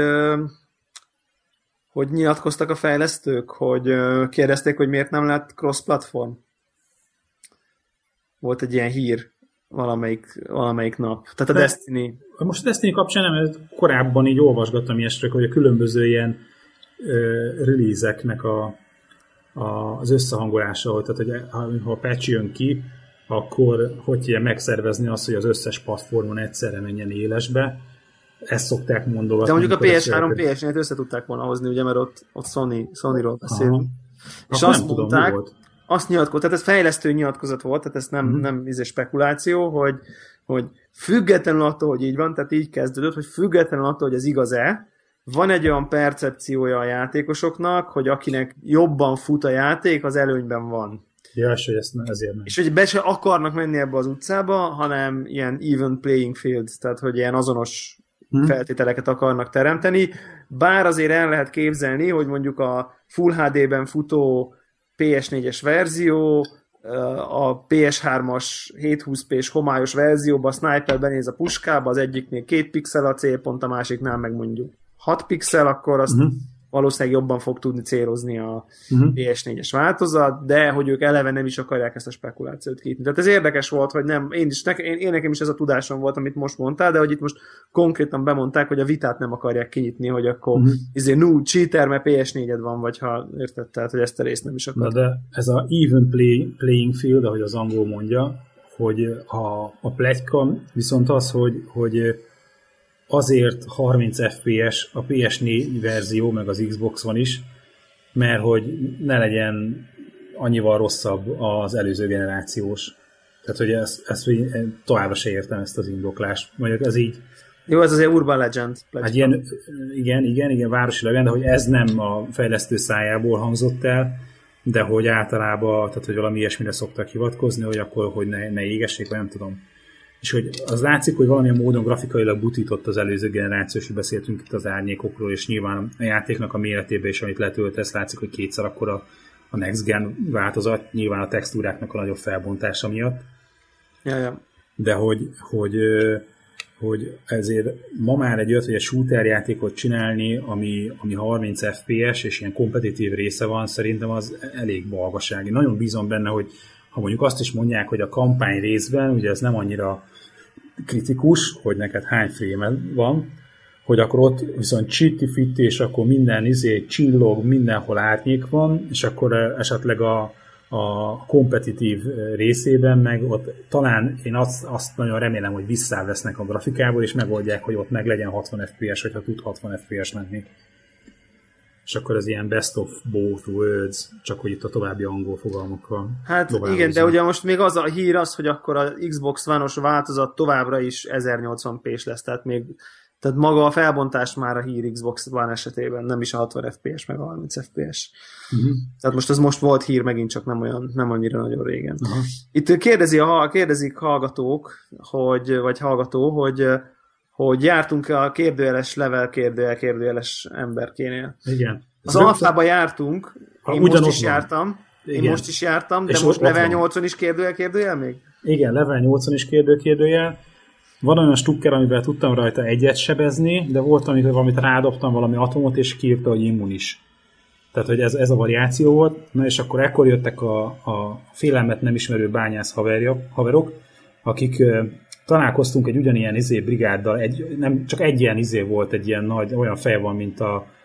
hogy nyilatkoztak a fejlesztők, hogy kérdezték, hogy miért nem lett cross-platform? Volt egy ilyen hír valamelyik nap. Tehát a Destiny. Most a Destiny kapcsán nem, korábban így olvasgattam ilyesre, hogy a különböző ilyen release-eknek az összehangolása, hogy, tehát, hogy ha a patch jön ki, akkor hogy ilyen megszervezni azt, hogy az összes platformon egyszerre menjen élesbe. Ezt szokták mondogatni. De mondjuk a PS3, PS4-et össze tudták volna hozni, ugye, mert ott Sony-ról beszélünk. És azt mondták, azt nyilatkozott, tehát ez fejlesztő nyilatkozat volt, tehát ez nem spekuláció, hogy függetlenül attól, hogy így van, tehát így kezdődött, hogy függetlenül attól, hogy ez igaz-e, van egy olyan percepciója a játékosoknak, hogy akinek jobban fut a játék, az előnyben van. Ja, és hogy ezt ezért nem. És hogy be se akarnak menni ebbe az utcába, hanem ilyen even playing field, tehát hogy ilyen azonos feltételeket akarnak teremteni. Bár azért el lehet képzelni, hogy mondjuk a Full HD-ben futó PS4-es verzió, a PS3-as 720p-s homályos verzióban a sniper benéz a puskába, az egyiknél 2 pixel a célpont, a másiknál meg mondjuk 6 pixel, akkor azt valószínűleg jobban fog tudni célozni a PS4-es változat, de hogy ők eleve nem is akarják ezt a spekulációt kinyitni. Tehát ez érdekes volt, hogy nem, én nekem is ez a tudásom volt, amit most mondtál, de hogy itt most konkrétan bemondták, hogy a vitát nem akarják kinyitni, hogy akkor cheater, mert PS4-ed van, vagy ha érted, tehát, hogy ezt a részt nem is akarják. De ez a even playing field, ahogy az angol mondja, hogy a pletyka viszont az, hogy azért 30 FPS a PS4 verzió, meg az Xbox One is, mert hogy ne legyen annyival rosszabb az előző generációs. Tehát, hogy ezt továbbra se értem ezt az indoklást. Mondjuk ez így... Jó, ez azért Urban Legend. Hát igen, városi legenda, hogy ez nem a fejlesztő szájából hangzott el, de hogy általában, tehát hogy valami ilyesmire szoktak hivatkozni, hogy akkor hogy ne égessék, vagy nem tudom. És hogy az látszik, hogy valamilyen módon grafikailag butított az előző generációs, hogy beszéltünk itt az árnyékokról, és nyilván a játéknak a méretében is, amit letöltesz, látszik, hogy kétszer akkor a Next Gen változat, nyilván a textúráknak a nagyobb felbontása miatt. Ja. De hogy ezért ma már egy olyat, hogy egy shooter játékot csinálni, ami 30 FPS, és ilyen kompetitív része van, szerintem az elég balgaság. Én nagyon bízom benne, hogy ha mondjuk azt is mondják, hogy a kampány részben, ugye ez nem annyira kritikus, hogy neked hány frame van, hogy akkor ott viszont csitti-fitti, és akkor minden csillog, mindenhol árnyék van, és akkor esetleg a kompetitív részében meg ott talán én azt nagyon remélem, hogy visszavesznek a grafikából, és megoldják, hogy ott meg legyen 60 FPS, hogyha tud 60 FPS menni. És akkor az ilyen best of both worlds, csak hogy itt a további angol fogalmakkal. Hát igen, de ugye most még az a hír az, hogy akkor a Xbox One-os változat továbbra is 1080p-s lesz, tehát maga a felbontás már a hír Xbox One esetében, nem is a 60 FPS, meg a 30 FPS. Tehát most volt hír megint, csak nem annyira nagyon régen. Itt kérdezik hallgatók, vagy hallgató, hogy jártunk a kérdőjeles level kérdőjeles emberkénél. Igen. Az alfába jártunk, én most is jártam, de most level 8-on is kérdőjel még? Igen, level 8-on is kérdőjel. Van olyan stukker, amivel tudtam rajta egyet sebezni, de volt, amikor valamit rádobtam valami atomot, és kiírta, hogy immunis. Tehát, hogy ez a variáció volt. Na és akkor ekkor jöttek a félelmet nem ismerő bányász haverok, akik találkoztunk egy ugyanilyen brigáddal, nem csak egy ilyen volt, egy ilyen nagy, olyan fej van, mint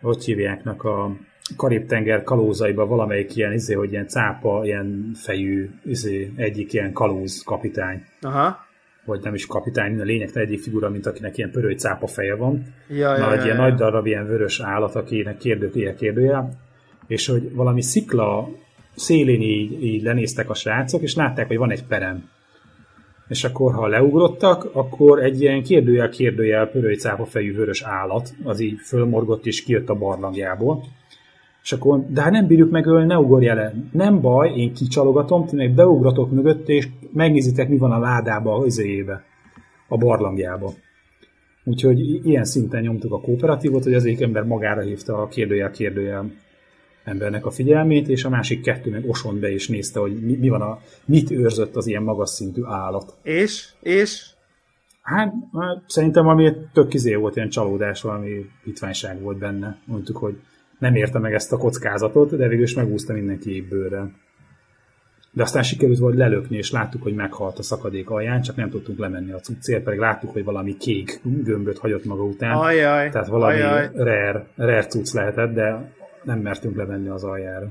hogy hívjáknak a Karib-tenger kalózaiban valamelyik ilyen, hogy ilyen cápa, ilyen fejű, egyik ilyen kalóz kapitány. Aha. Vagy nem is kapitány, a lényegtelen egyik figura, mint akinek ilyen pöröly cápa feje van. Ilyen nagy darab, ilyen vörös állat, akinek kérdője, és hogy valami szikla szélén így lenéztek a srácok, és látták, hogy van egy perem. És akkor, ha leugrottak, akkor egy ilyen kérdőjel pöröly cápa fejű vörös állat, az így fölmorgott és kijött a barlangjából. És akkor, de hát nem bírjuk megölni, ne ugorj el. Nem baj, én kicsalogatom, ti meg beugratok mögött, és megnézitek, mi van a ládába, a barlangjába. Úgyhogy ilyen szinten nyomtuk a kooperatívot, hogy az egyik ember magára hívta a kérdőjel embernek a figyelmét, és a másik kettő meg osont be és nézte, hogy mit őrzött az ilyen magas szintű állat. És? Hát szerintem valami tök volt, ilyen csalódás, valami hitványság volt benne. Mondtuk, hogy nem érte meg ezt a kockázatot, de végül is megúszta mindenki ébbőrrel. De aztán sikerült volt lelökni, és láttuk, hogy meghalt a szakadék alján, csak nem tudtunk lemenni a cuccért, pedig láttuk, hogy valami kék gömböt hagyott maga után. Ajaj, tehát valami rare cucc lehetett, de nem mertünk lemenni az aljára.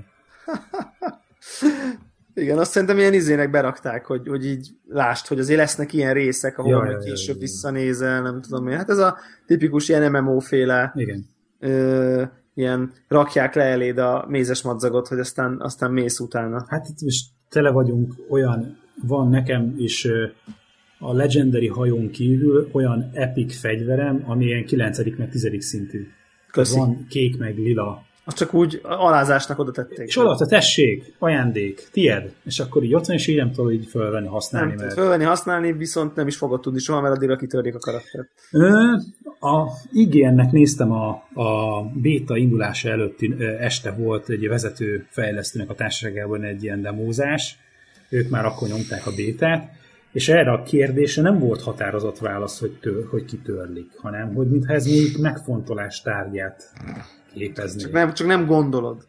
Igen, azt szerintem ilyen izének berakták, hogy így lásd, hogy azért lesznek ilyen részek, ahol majd később visszanézel, nem tudom én. Hát ez a tipikus ilyen MMO-féle ilyen rakják le eléd a mézes madzagot, hogy aztán mész utána. Hát itt most tele vagyunk, olyan van nekem is a Legendary hajón kívül olyan epic fegyverem, ami ilyen 9. meg 10. szintű. Köszi. Van kék meg lila. Azt csak úgy alázásnak oda tették. És oda, tessék, ajándék, tied. És akkor így ott van, és így nem tudod így fölvenni, használni. Nem fölvenni, használni, viszont nem is fogod tudni soha, mert addigra kitörjék a karaktert. A IGN-nek néztem a béta indulása előtti este volt egy vezető fejlesztőnek a társaságában egy ilyen demózás. Ők már akkor nyomták a bétát, és erre a kérdésre nem volt határozott válasz, hogy kitörlik, hanem hogy mintha ez még megfontolás tárgyát képezni. Csak nem gondolod.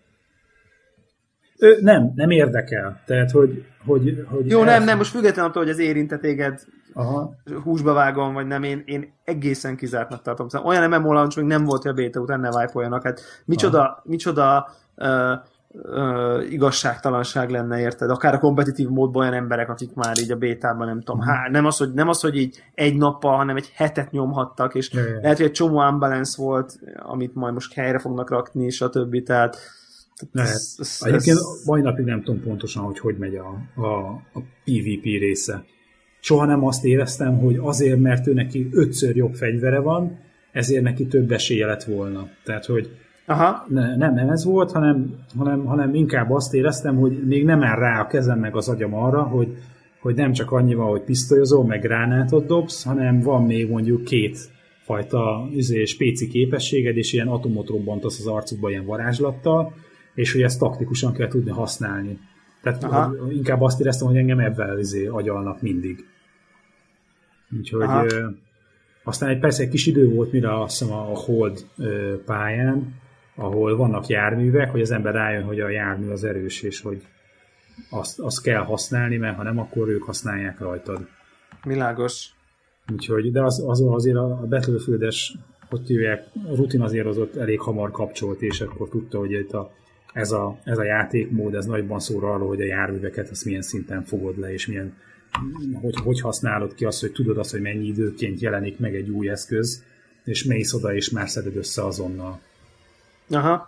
Nem érdekel. Tehát, hogy jó, nem, most független attól, hogy az érinte téged aha. húsba vágom, vagy nem, én egészen kizártnak tartom. Szóval olyan MMO launch még nem volt, hogy a beta után ne wipe-oljanak. Hát micsoda igazságtalanság lenne, érted? Akár a kompetitív módban olyan emberek, akik már így a bétában nem tudom, nem az, hogy így egy nappal, hanem egy hetet nyomhattak, és lehet, hogy egy csomó unbalance volt, amit majd most helyre fognak rakni, és a többi, tehát egyébként mai napig nem tudom pontosan, hogy megy a PvP része. Soha nem azt éreztem, hogy azért, mert ő neki 5-ször jobb fegyvere van, ezért neki több esélye lett volna. Tehát, hogy aha. Nem ez volt, hanem inkább azt éreztem, hogy még nem áll rá a kezem meg az agyam arra, hogy nem csak annyi van, hogy pisztolyozol, meg gránátot dobsz, hanem van még mondjuk két fajta spéci képességed, és ilyen atomot robbantasz az arcukba ilyen varázslattal, és hogy ezt taktikusan kell tudni használni. Tehát inkább azt éreztem, hogy engem ebben agyalnak mindig. Úgyhogy aztán persze egy kis idő volt, mire azt hiszem a Hold pályán, ahol vannak járművek, hogy az ember rájön, hogy a jármű az erős, és hogy azt kell használni, mert ha nem, akkor ők használják rajtad. Világos. Úgyhogy, de az azért a Battlefield-es, hogy hívják, a rutin azért az ott elég hamar kapcsolt, és akkor tudta, hogy itt ez a játékmód, ez nagyban szól arról, hogy a járműveket azt milyen szinten fogod le, és milyen, hogy használod ki azt, hogy tudod azt, hogy mennyi időként jelenik meg egy új eszköz, és mész oda, és már szeded össze azonnal. Aha.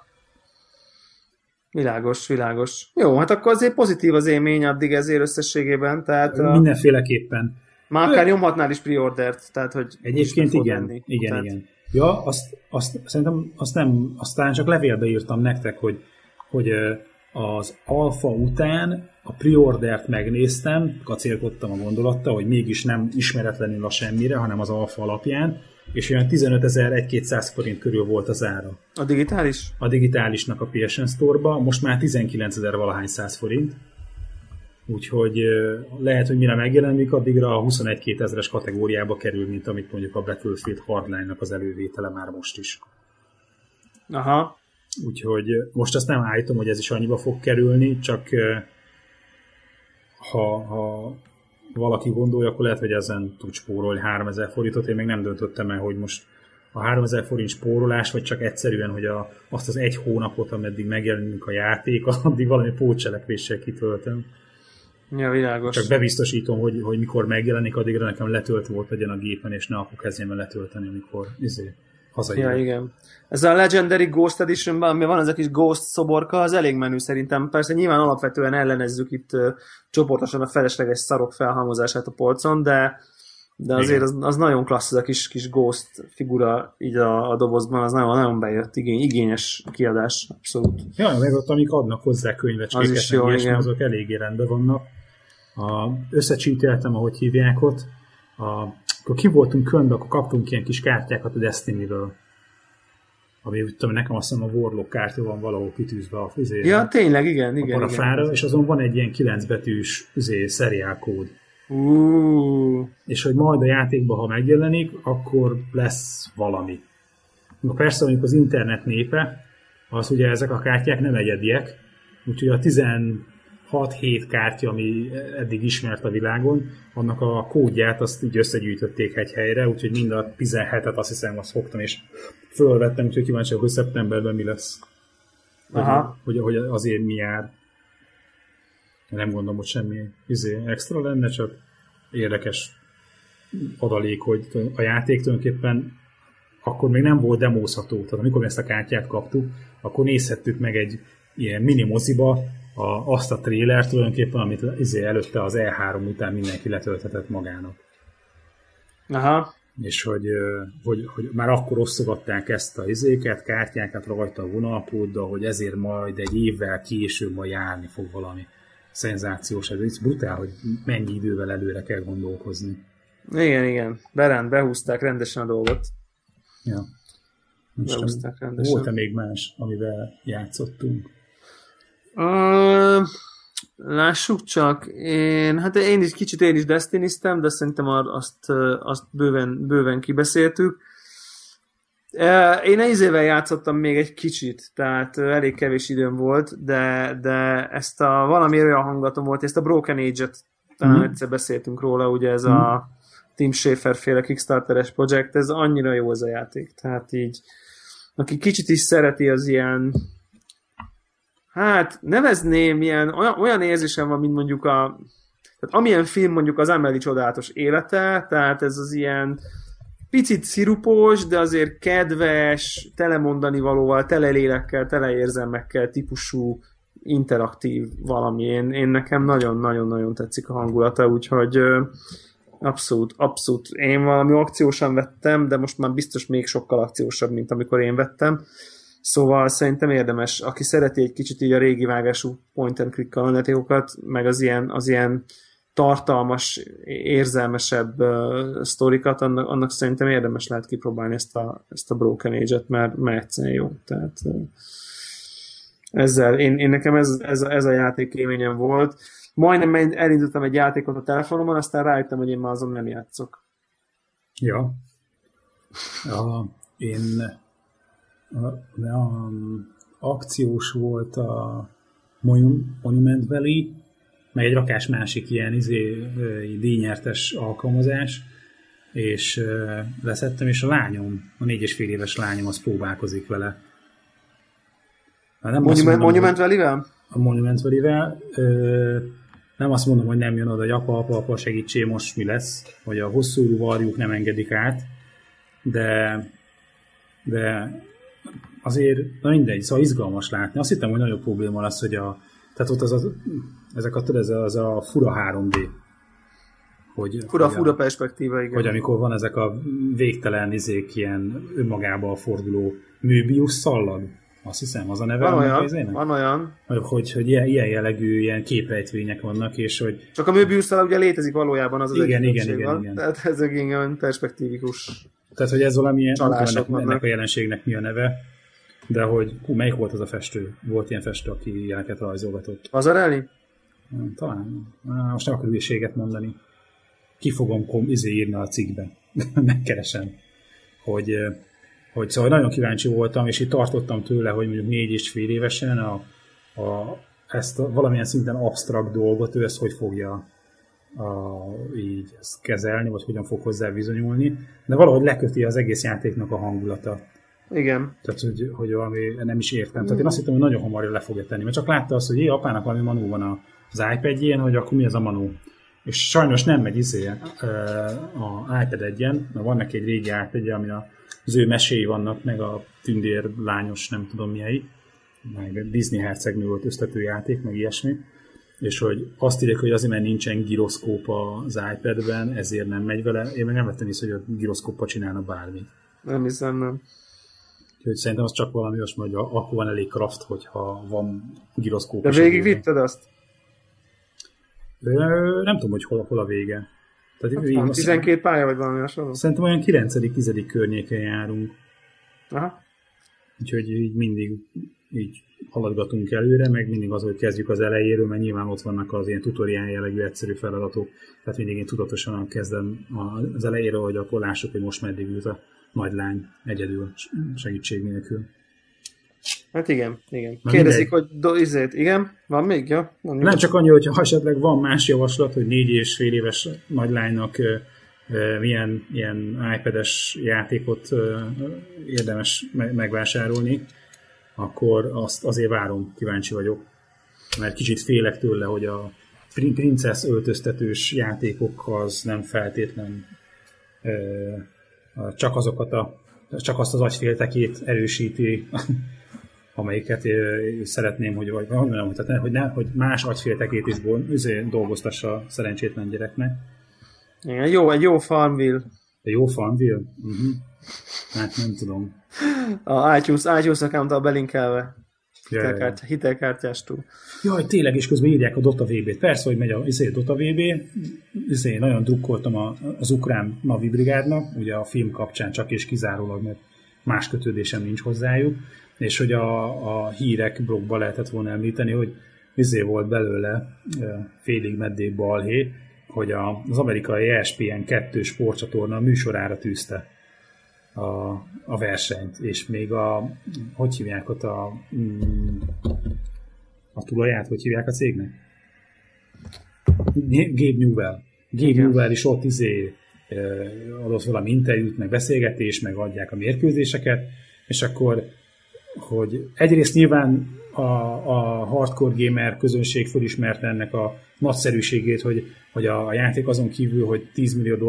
Világos. Jó, hát akkor azért pozitív az élmény addig ezért összességében, tehát... Mindenféleképpen. Már akár nyomhatnál is pre-ordert, tehát hogy... Egyébként igen. Ja, azt szerintem aztán csak levélbe írtam nektek, hogy az alfa után a pre-ordert megnéztem, kacérkodtam a gondolattal, hogy mégis nem ismeretlenül a semmire, hanem az alfa alapján, és olyan 15.200 forint körül volt az ára. A digitális? A digitálisnak a PSN Store-ba, most már 19.000 valahány 100 forint. Úgyhogy lehet, hogy mire megjelenik, addigra a 21-2 ezeres kategóriába kerül, mint amit mondjuk a Battlefield Hardline-nak az elővétele már most is. Aha. Úgyhogy most azt nem állítom, hogy ez is annyiba fog kerülni, csak ha valaki gondolja, akkor lehet, hogy ezen tud spórolni 3000 forintot. Én még nem döntöttem el, hogy most a 3000 forint spórolás, vagy csak egyszerűen, hogy azt az egy hónapot, ameddig megjelenik a játék, addig valami pótcselekvéssel kitöltöm. Ja, világos. Csak bebiztosítom, hogy mikor megjelenik, addigra nekem letölt volt legyen a gépen, és ne akkor kezdjem el letölteni, amikor hazajövök. Ja, igen. Ez a Legendary Ghost Editionben, ami van ez a kis Ghost szoborka, az elég menő szerintem. Persze nyilván alapvetően ellenezzük itt csoportosan a felesleges szarok felhalmozását a polcon, de azért az nagyon klassz, ez a kis Ghost figura így a dobozban, az nagyon bejött, igényes kiadás, abszolút. Ja, meg ott, amik adnak hozzá könyvecskéket, és azok eléggé rendben vannak. Összecsíteltem, ahogy hívják ott, akkor ki voltunk Kölnbe, akkor kaptunk ilyen kis kártyákat a Destiny-ről. Ami tudom, nekem azt hiszem a Warlock kártya van valahol kitűzve a fizére. Ja, tényleg, igen. Parafára, és azon van egy ilyen 9 betűs szeriálkód. És hogy majd a játékban, ha megjelenik, akkor lesz valami. Persze, amikor az internet népe, az ugye ezek a kártyák nem egyediek, úgyhogy a 16-7 kártya, ami eddig ismert a világon, annak a kódját azt így összegyűjtötték egy helyre, úgyhogy mind a 17-et azt hiszem azt fogtam, és fölvettem, úgyhogy kíváncsiak, hogy szeptemberben mi lesz. Hogy azért mi jár. Nem gondolom, hogy semmi extra lenne, csak érdekes adalék, hogy a játék tulajdonképpen akkor még nem volt demózható. Tehát amikor ezt a kártyát kaptuk, akkor nézhettük meg egy ilyen mini moziba azt a trélert tulajdonképpen, amit előtte az E3 után mindenki letölthetett magának. Aha. És hogy már akkor osztogatták ezt a kártyákat, rajta a vonalkóddal, hogy ezért majd egy évvel később majd járni fog valami szenzációs. Ez brutál, hogy mennyi idővel előre kell gondolkozni. Igen. Behúzták rendesen a dolgot. Ja. Behúzták rendesen. Volt-e még más, amivel játszottunk? Lássuk csak. Én is Destiny-ztem, de szerintem azt bőven kibeszéltük. Én ezével játszottam még egy kicsit, tehát elég kevés időm volt, de ezt valami olyan hangulatom volt, ezt a Broken Age-et talán egyszer beszéltünk róla, ugye ez a Tim Schafer féle Kickstarteres projekt, ez annyira jó ez a játék, tehát így aki kicsit is szereti az ilyen, nevezném ilyen, olyan érzésem van, mint mondjuk tehát amilyen film mondjuk az Amelie csodálatos élete, tehát ez az ilyen picit szirupos, de azért kedves, telemondani valóval, tele lélekkel, tele érzelmekkel típusú interaktív valami. Én nekem nagyon-nagyon-nagyon tetszik a hangulata, úgyhogy abszolút. Én valami akciósan vettem, de most már biztos még sokkal akciósabb, mint amikor én vettem. Szóval szerintem érdemes, aki szereti egy kicsit így a régi vágású point and click kalandjátékokat, meg az ilyen tartalmas, érzelmesebb sztorikat, annak szerintem érdemes lehet kipróbálni ezt a Broken Age-et, mert egyszerűen jó. Tehát ezzel, én nekem ez a játék élményem volt. Majdnem elindítottam egy játékot a telefonomon, aztán rájöttem, hogy én már azon nem játszok. Ja. Én akciós volt a Monument Valley, meg egy rakás másik ilyen díjnyertes alkalmazás, és leszettem, és a lányom, a 4,5 éves lányom, az próbálkozik vele. Monument Valley-vel? A Monument Valley-vel. Nem azt mondom, hogy nem jön oda, hogy apa, segítsé, most mi lesz, hogy a hosszú varjuk nem engedik át, de azért, na mindegy, szóval izgalmas látni. Azt hittem, hogy nagyobb probléma lesz, hogy tehát ott ez a fura 3D. Fura perspektíva, igen. Hogy amikor van ezek a végtelen ilyen önmagába forduló Möbius szallag, azt hiszem, az a neve. Van olyan. Hogy ilyen jellegű ilyen képrejtvények vannak, és hogy... Csak a Möbius szallag ugye létezik valójában, az igen. Tehát ez egy ilyen perspektívikus. Tehát, hogy ez valamilyen, ennek a jelenségnek mi a neve, de hogy melyik volt az a festő? Volt ilyen festő, aki ilyeneket rajzolgatott. Vazarelli? Talán. Most nem akarok hülyeséget mondani. Ki fogom írni a cikkben. Megkeresem. Hogy szóval nagyon kíváncsi voltam, és itt tartottam tőle, hogy mondjuk 4,5 évesen ezt valamilyen szinten absztrakt dolgot, ő ezt hogy fogja így ezt kezelni, vagy hogyan fog hozzá bizonyulni, de valahogy leköti az egész játéknak a hangulata. Igen. Tehát, hogy valami, nem is értem. Tehát én azt hittem, hogy nagyon hamar le fogja tenni, mert csak látta azt, hogy apának valami manó van az iPad-jén, hogy akkor mi az a manó. És sajnos nem megy a iPad 1-en, mert van neki egy régi iPad-je, ami az ő meséi vannak, meg a tündér lányos, nem tudom milyei, meg Disney hercegnő volt ösztető játék, meg ilyesmi. És hogy azt írják, hogy azért, mert nincsen giroszkóp az iPad-ben, ezért nem megy vele. Én meg nem vettem észre, hogy a giroszkóppal csinálna bármit. Nem hiszem, nem. Úgyhogy szerintem az csak valami olyasmi, hogy akkor van elég kraft, hogyha van giroszkóp. De végigvitted azt? Nem tudom, hogy hol a vége. Tehát hát 12 pálya vagy valami hasonló? Szerintem olyan 9.-10. környéken járunk. Aha. Úgyhogy így mindig így haladgatunk előre, meg mindig az, hogy kezdjük az elejéről, mert nyilván ott vannak az ilyen tutoriál jellegű egyszerű feladatok. Tehát mindig én tudatosan kezdem az elejéről, hogy akkor lássuk, hogy most meddig jut a nagy lány egyedül, segítség nélkül. Hát igen. Kérdezik, hogy igen? Van még? Ja? Nem csak annyi, hogy ha esetleg van más javaslat, hogy 4,5 éves nagylánynak milyen ilyen iPad-es játékot érdemes megvásárolni, akkor azt azért várom, kíváncsi vagyok. Mert kicsit félek tőle, hogy a princesz öltöztetős játékok az nem feltétlen csak azt az agyféltekét erősíti, amelyiket szeretném, hogy más agyféltekét is dolgoztassa a szerencsétlen gyereknek. Igen, egy jó Farmville. Egy jó Farmville? Uh-huh. Hát nem tudom. A iTunes account-tal belinkelve. Hitelkártyás túl. Jaj, tényleg, és közben írják a Dota VB-t. Persze, hogy megy a Dota VB. Nagyon drukkoltam az ukrán Navi brigádnak, ugye a film kapcsán csak és kizárólag, mert más kötődésem nincs hozzájuk, és hogy a hírek blogban lehetett volna említeni, hogy volt belőle félig meddég balhé, hogy az amerikai ESPN 2 sportcsatorna műsorára tűzte a versenyt, és még hogy hívják ott a tulaját, hogy hívják a cégnek? Gabe Newell is ott adott valami interjút, meg beszélgetés, meg adják a mérkőzéseket, és akkor, hogy egyrészt nyilván a hardcore gamer közönség fölismerte ennek a nagyszerűségét, hogy a játék azon kívül, hogy $10 millió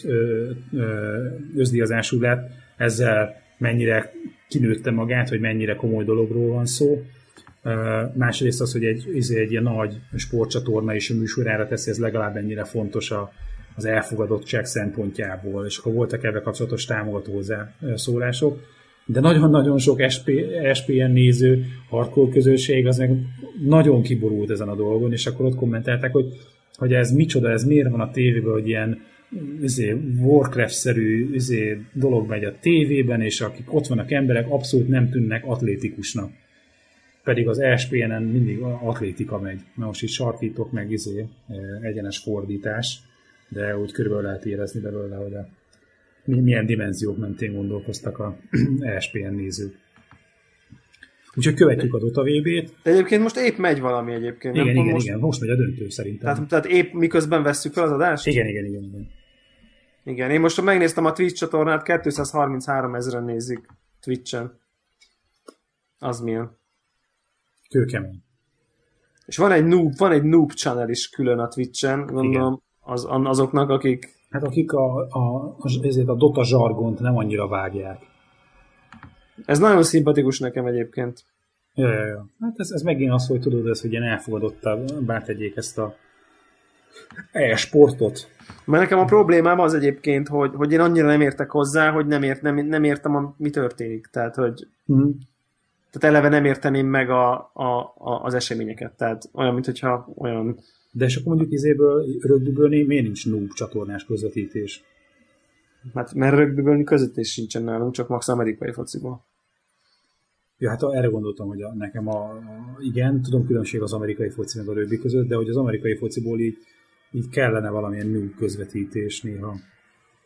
özdíjazású lett, ezzel mennyire kinőtte magát, hogy mennyire komoly dologról van szó. Másrészt az, hogy egy ilyen nagy sportcsatorna és a műsorára teszi, ez legalább ennyire fontos az elfogadottság szempontjából, és akkor voltak ebben kapcsolatos támogató hozzászólások. De nagyon-nagyon sok SPN néző, hardcore közösség, az meg nagyon kiborult ezen a dolgon, és akkor ott kommentálták, hogy ez micsoda, ez miért van a tévében, hogy ilyen Warcraft-szerű dolog megy a tévében, és akik ott vannak emberek, abszolút nem tűnnek atlétikusnak. Pedig az ESPN-en mindig atlétika megy. Na most itt sarkítok meg egyenes fordítás, de úgy körülbelül lehet érezni belőle, hogy milyen dimenziók mentén gondolkoztak a ESPN nézők. Úgyhogy követjük a Dota VB-t. De egyébként most épp megy valami egyébként. Igen, most megy a döntő szerintem. Tehát épp miközben vesszük fel az adást? Igen. Igen, én most megnéztem a Twitch csatornát, 233 000-en nézik Twitch-en. Az milyen? Kőkemény. És van egy noob channel is külön a Twitch-en, gondolom azoknak, akik... Hát akik a Dota zsargont nem annyira vágják. Ez nagyon szimpatikus nekem egyébként. Ja. Hát ez megint az, hogy tudod, hogy ilyen elfogadottabbá tegyék ezt a sportot. Mert nekem a problémám az egyébként, hogy én annyira nem értek hozzá, hogy nem értem, mi történik. Tehát, hogy tehát eleve nem érteném meg az eseményeket. Tehát olyan, mintha olyan... De és akkor mondjuk rögbiből miért nincs noob csatornás közvetítés? Hát mert rögbiből közvetítés sincsen nálunk, csak max amerikai fociból. Ja, hát erre gondoltam, hogy nekem igen, tudom különbség az amerikai foci meg a rögbi között, de hogy az amerikai fociból így kellene valamilyen noob közvetítés néha.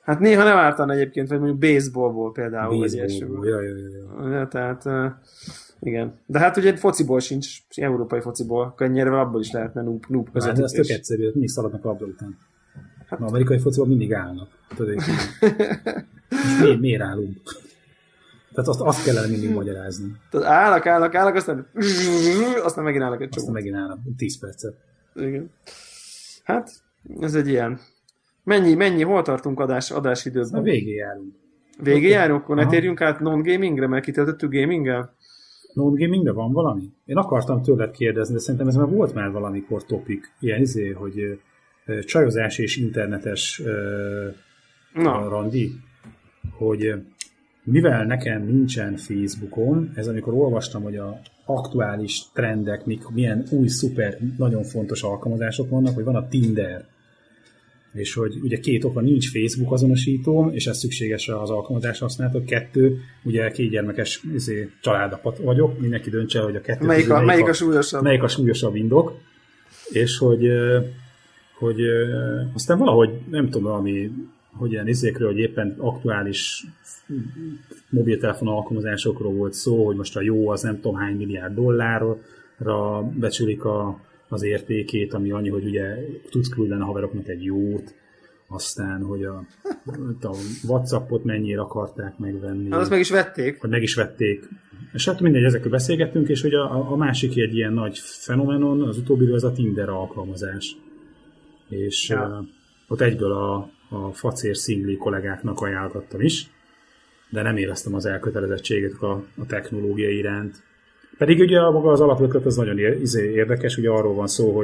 Hát néha nem ártan egyébként, vagy mondjuk baseballból például. Baseballból, ja. Tehát, igen. De hát ugye fociból sincs, európai fociból, könnyervel abból is lehetne noob között. Hát ez tök egyszerű, hogy mindig szaladnak a labda után. Hát... amerikai fociból mindig állnak. Tudod, miért állunk? Tehát azt kellene mindig magyarázni. Tehát állnak, aztán megint állnak egy csomó. Aztán megint állnak, 10 percet. Igen. Hát, ez egy ilyen. Mennyi, hol tartunk adásidőben? A végén járunk. Végén járunk? Akkor ne térjünk át non-gamingre, mert kitöltöttük gaminggel? Non-gamingre van valami? Én akartam tőled kérdezni, de szerintem ez már volt már valamikor topik. Ilyen hogy csajozás és internetes randi. Hogy mivel nekem nincsen Facebookon, ez amikor olvastam, hogy a aktuális trendek, milyen új, szuper, nagyon fontos alkalmazások vannak, hogy van a Tinder, és hogy ugye 2 oka nincs Facebook azonosítóm, és ez szükséges az alkalmazás használatok. 2, ugye 2 gyermekes családapa vagyok, mindenki döntse el, hogy a 2 melyik a súlyosabb. Melyik a súlyosabb indok, és hogy aztán valahogy, nem tudom, hogy ilyen hogy éppen aktuális mobiltelefon alkalmazásokról volt szó, hogy most a jó az nem tudom hány milliárd dollárra becsülik az értékét, ami annyi, hogy ugye tudsz küldeni a haveroknak egy jót, aztán, hogy a WhatsAppot mennyire akarták megvenni. Azt meg is vették. Hogy meg is vették. És hát mindegy, ezekről beszélgettünk, és hogy a másik egy ilyen nagy fenomenon, az utóbbiről ez a Tinder alkalmazás. És ott egyből a facér szingli kollégáknak ajánlottam is, de nem éreztem az elkötelezettséget a technológia iránt. Pedig ugye maga az alapötlet az nagyon érdekes, ugye arról van szó,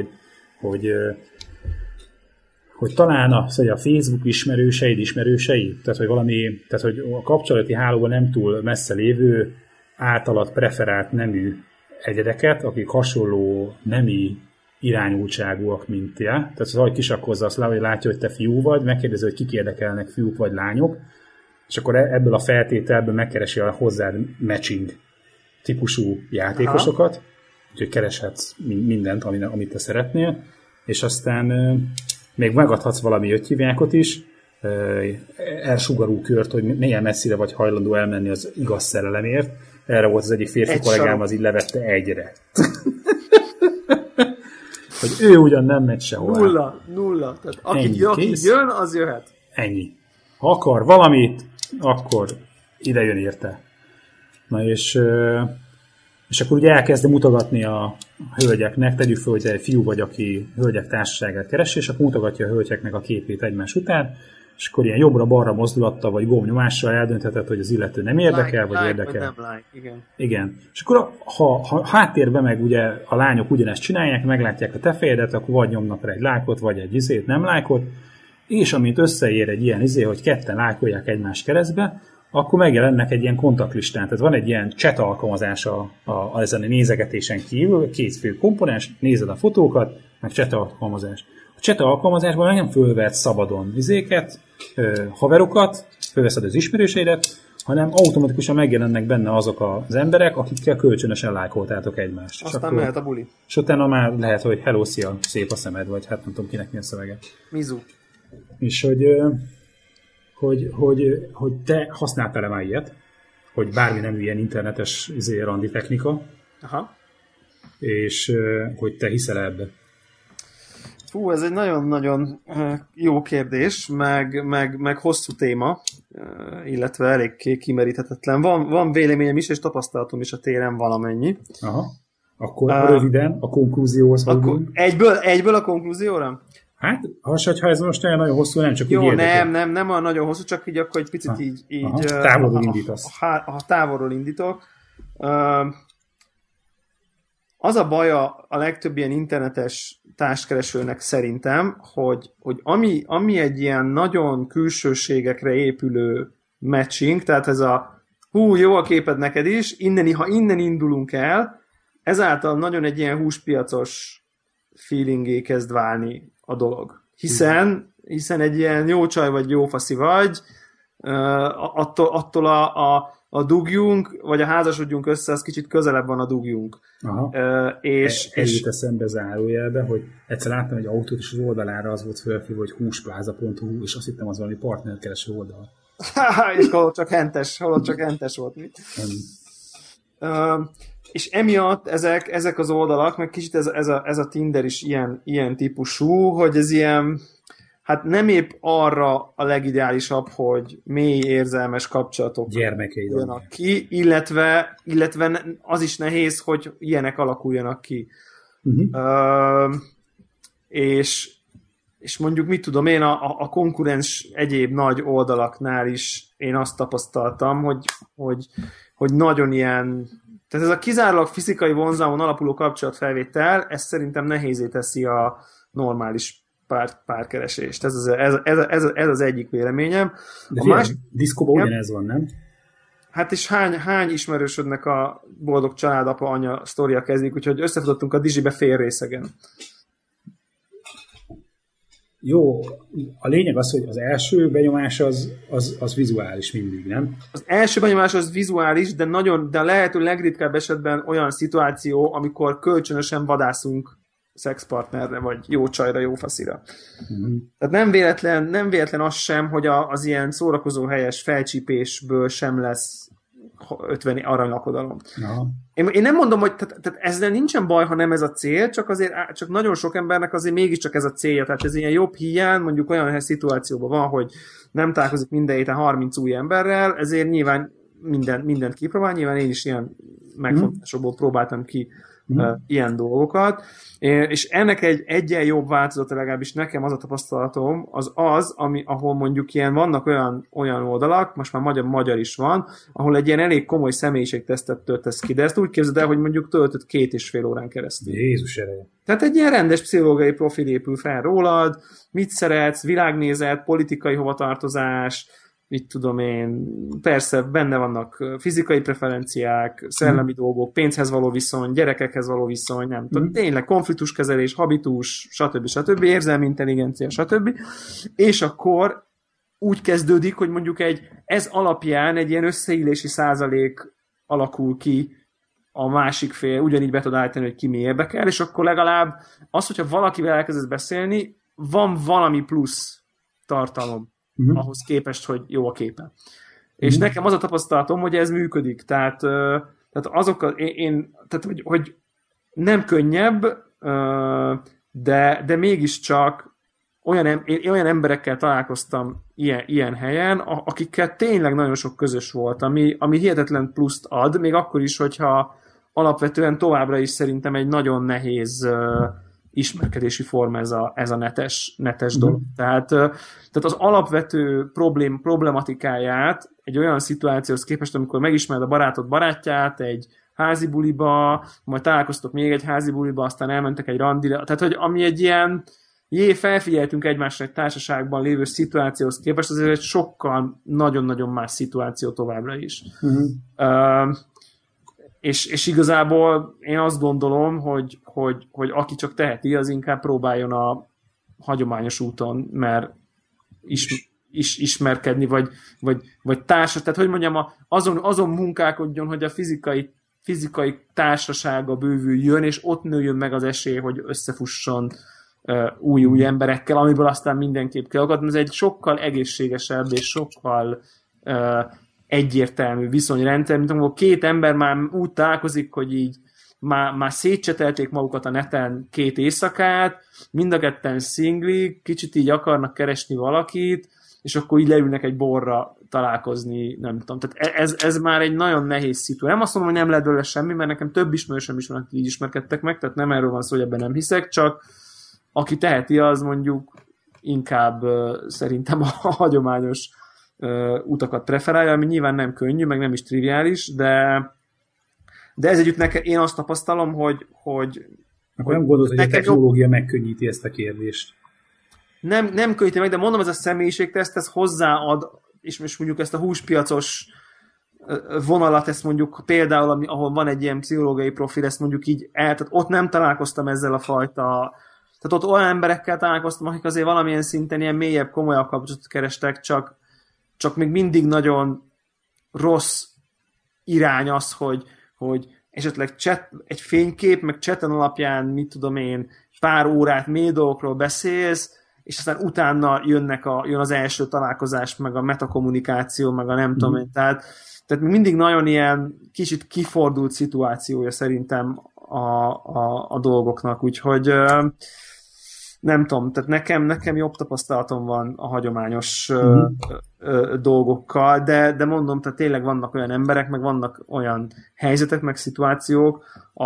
hogy talán a Facebook ismerősei, tehát hogy a kapcsolati hálóban nem túl messze lévő általad preferált nemű egyedeket, akik hasonló nemi irányultságúak, mint te. Tehát ahogy kisakkozza azt le, hogy látja, hogy te fiú vagy, megkérdezi, hogy kik érdekelnek, fiúk vagy lányok, és akkor ebből a feltételből megkeresi a hozzád matching típusú játékosokat, úgyhogy kereshetsz mindent, amit te szeretnél, és aztán még megadhatsz valami öttyhívjákot is, elsugarú kört, hogy milyen messzire vagy hajlandó elmenni az igaz szerelemért. Erre volt az egyik férfi kollégám, az így levette egyre. Hogy ő ugyan nem megy sehol. Nulla. Tehát aki jön, az jöhet. Ennyi. Ha akar valamit, akkor ide jön érte. Na és akkor ugye elkezdem mutogatni a hölgyeknek, tegyük fel, hogy egy fiú vagy, aki hölgyek társaságát keresi, és akkor mutogatja a hölgyeknek a képét egymás után, és akkor ilyen jobbra-balra mozdulattal vagy gombnyomással eldöntheted, hogy az illető nem érdekel, vagy érdekel. Vagy nem like, igen. És akkor ha háttérben meg ugye a lányok ugyanezt csinálják, meglátják a te fejedet, akkor vagy nyomnak rá egy lájkot, vagy egy nem lájkot, és amint összeér egy ilyen hogy ketten lájkolják egymás keresztbe, akkor megjelennek egy ilyen kontaktlistán. Tehát van egy ilyen chat alkalmazás ezen a nézegetésen kívül, 2 fő komponens, nézed a fotókat, meg chat alkalmazás. A chat alkalmazásban nem fölvehetsz szabadon haverokat, fölveszed az ismerőseidet, hanem automatikusan megjelennek benne azok az emberek, akikkel kölcsönösen lájkoltátok egymást. Aztán mehet a buli. És utána már lehet, hogy hello, szia, szép a szemed, vagy hát nem tudom kinek milyen szövege. Mizu. És hogy te használtál-e már ilyet, hogy bármi nem ilyen internetes randi technika, és hogy te hiszel ebbe. Fú, ez egy nagyon-nagyon jó kérdés, meg hosszú téma, illetve elég kimeríthetetlen. Van véleményem is, és tapasztalatom is a téren valamennyi. Aha. Akkor röviden a konklúzióhoz hagyunk. Egyből a konklúzióra? Hát, ha ez most olyan nagyon hosszú, nem csak jó, így érdekel. nem olyan nagyon hosszú, csak így akkor egy picit így távolról indítasz. Ha távolról indítok. Az a baj a legtöbb ilyen internetes társkeresőnek szerintem, hogy ami egy ilyen nagyon külsőségekre épülő matching, tehát ez a jó a képed neked is, ha innen indulunk el, ezáltal nagyon egy ilyen húspiacos feelingé kezd válni a dolog. Hiszen egy ilyen jó csaj vagy jó faszi vagy, attól a dugjunk, vagy a házasodjunk össze, az kicsit közelebb van a dugjunk. Aha. És jut eszembe zárójelbe, hogy egyszer láttam egy autót, és az oldalára az volt fölfívva, hogy húspláza.hu, és azt hittem, az valami partnerkereső oldal. És holott csak hentes volt. Mi? És emiatt ezek az oldalak, meg kicsit ez a Tinder is ilyen típusú, hogy ez ilyen, hát nem épp arra a legideálisabb, hogy mély érzelmes kapcsolatok gyermekeid ki, illetve az is nehéz, hogy ilyenek alakuljanak ki. És mondjuk, mit tudom én, a konkurens egyéb nagy oldalaknál is én azt tapasztaltam, hogy nagyon ilyen, tehát ez a kizárólag fizikai vonzalmon alapuló kapcsolatfelvétel, ez szerintem nehézé teszi a normális párkeresést. Ez az egyik véleményem. De diszkóban ugyanez van, nem? Hát és hány ismerősödnek a boldog családapa anya sztoria kezdik, úgyhogy összefutottunk a Dizsibe fél részegen. Jó, a lényeg az, hogy az első benyomás az vizuális mindig, nem? Az első benyomás az vizuális, de a lehető legritkább esetben olyan szituáció, amikor kölcsönösen vadászunk szexpartnerre, vagy jó csajra, jó faszira. Tehát nem véletlen az sem, hogy az ilyen szórakozó helyes felcsípésből sem lesz 50 aranylakodalom. Én nem mondom, hogy tehát ezzel nincsen baj, ha nem ez a cél, csak nagyon sok embernek azért mégiscsak ez a célja. Tehát ez ilyen jobb hiány, mondjuk olyan szituációban van, hogy nem találkozik minden héten 30 új emberrel, ezért nyilván mindent kipróbál, nyilván én is ilyen megfontolásokból próbáltam ki ilyen dolgokat, és ennek egy egyen jobb változata, legalábbis nekem az a tapasztalatom, ahol mondjuk ilyen vannak olyan oldalak, most már magyar is van, ahol egy ilyen elég komoly személyiségtesztet töltesz ki, de ezt úgy képzeld el, hogy mondjuk töltött 2,5 órán keresztül. Jézus ereje. Tehát egy ilyen rendes pszichológiai profil épül fel rólad, mit szeretsz, világnézet, politikai hovatartozás, mit tudom én, persze benne vannak fizikai preferenciák, szellemi dolgok, pénzhez való viszony, gyerekekhez való viszony, nem tudom, tényleg konfliktuskezelés, habitus, stb. Érzelmi intelligencia, stb. És akkor úgy kezdődik, hogy mondjuk ez alapján egy ilyen összeillési százalék alakul ki a másik fél, ugyanígy be tud állítani, hogy ki mi érdekel, és akkor legalább az, hogyha valakivel elkezdesz beszélni, van valami plusz tartalom. Ahhoz képest, hogy jó a képe. És nekem az a tapasztalatom, hogy ez működik. Tehát hogy nem könnyebb, de mégiscsak olyan emberekkel találkoztam ilyen helyen, akikkel tényleg nagyon sok közös volt, ami hihetetlen pluszt ad, még akkor is, hogyha alapvetően továbbra is szerintem egy nagyon nehéz ismerkedési forma ez a netes dolog. Tehát az alapvető problematikáját egy olyan szituációhoz képest, amikor megismered a barátod barátját egy házi buliba, majd találkoztok még egy házi buliba, aztán elmentek egy randira, tehát hogy ami egy ilyen felfigyeltünk egymásra egy társaságban lévő szituációhoz képest, azért egy sokkal nagyon-nagyon más szituáció továbbra is. És igazából én azt gondolom, hogy aki csak teheti, az inkább próbáljon a hagyományos úton, mert ismerkedni, vagy társas, tehát hogy mondjam, azon munkálkodjon, hogy a fizikai társasága bővüljön, és ott nőjön meg az esély, hogy összefusson új emberekkel, amiből aztán mindenképp kell akadni. Ez egy sokkal egészségesebb és sokkal egyértelmű viszonyrendszer, mint amikor két ember már úgy találkozik, hogy így már szétcsetelték magukat a neten 2 éjszakát, mind a ketten szinglik, kicsit így akarnak keresni valakit, és akkor így leülnek egy borra találkozni, nem tudom. Tehát ez már egy nagyon nehéz szituáció. Nem azt mondom, hogy nem lehet belőle semmi, mert nekem több ismerősöm is van, akik így ismerkedtek meg, tehát nem erről van szó, hogy ebben nem hiszek, csak aki teheti, az mondjuk inkább szerintem a hagyományos utakat preferálja, ami nyilván nem könnyű, meg nem is triviális, de ez együtt én azt tapasztalom, hogy akkor nem gondolod, hogy a technológia megkönnyíti ezt a kérdést? Nem könnyíti meg, de mondom, ez a személyiségteszt, ez hozzáad, és most mondjuk ezt a húspiacos vonalat, ezt mondjuk például, ahol van egy ilyen pszichológiai profil, ezt mondjuk így tehát ott nem találkoztam ezzel a fajta, tehát ott olyan emberekkel találkoztam, akik azért valamilyen szinten ilyen mélyebb, komolyabb kapcsolatot kerestek, csak még mindig nagyon rossz irány az, hogy esetleg egy fénykép, meg chaten alapján, mit tudom én, pár órát mély dolgokról beszélsz, és aztán utána jön az első találkozás, meg a metakommunikáció, meg a nem tudom én. Tehát mindig nagyon ilyen kicsit kifordult szituációja szerintem a dolgoknak, úgyhogy nem tudom, tehát nekem jobb tapasztalatom van a hagyományos dolgokkal, de mondom, tehát tényleg vannak olyan emberek, meg vannak olyan helyzetek, meg szituációk,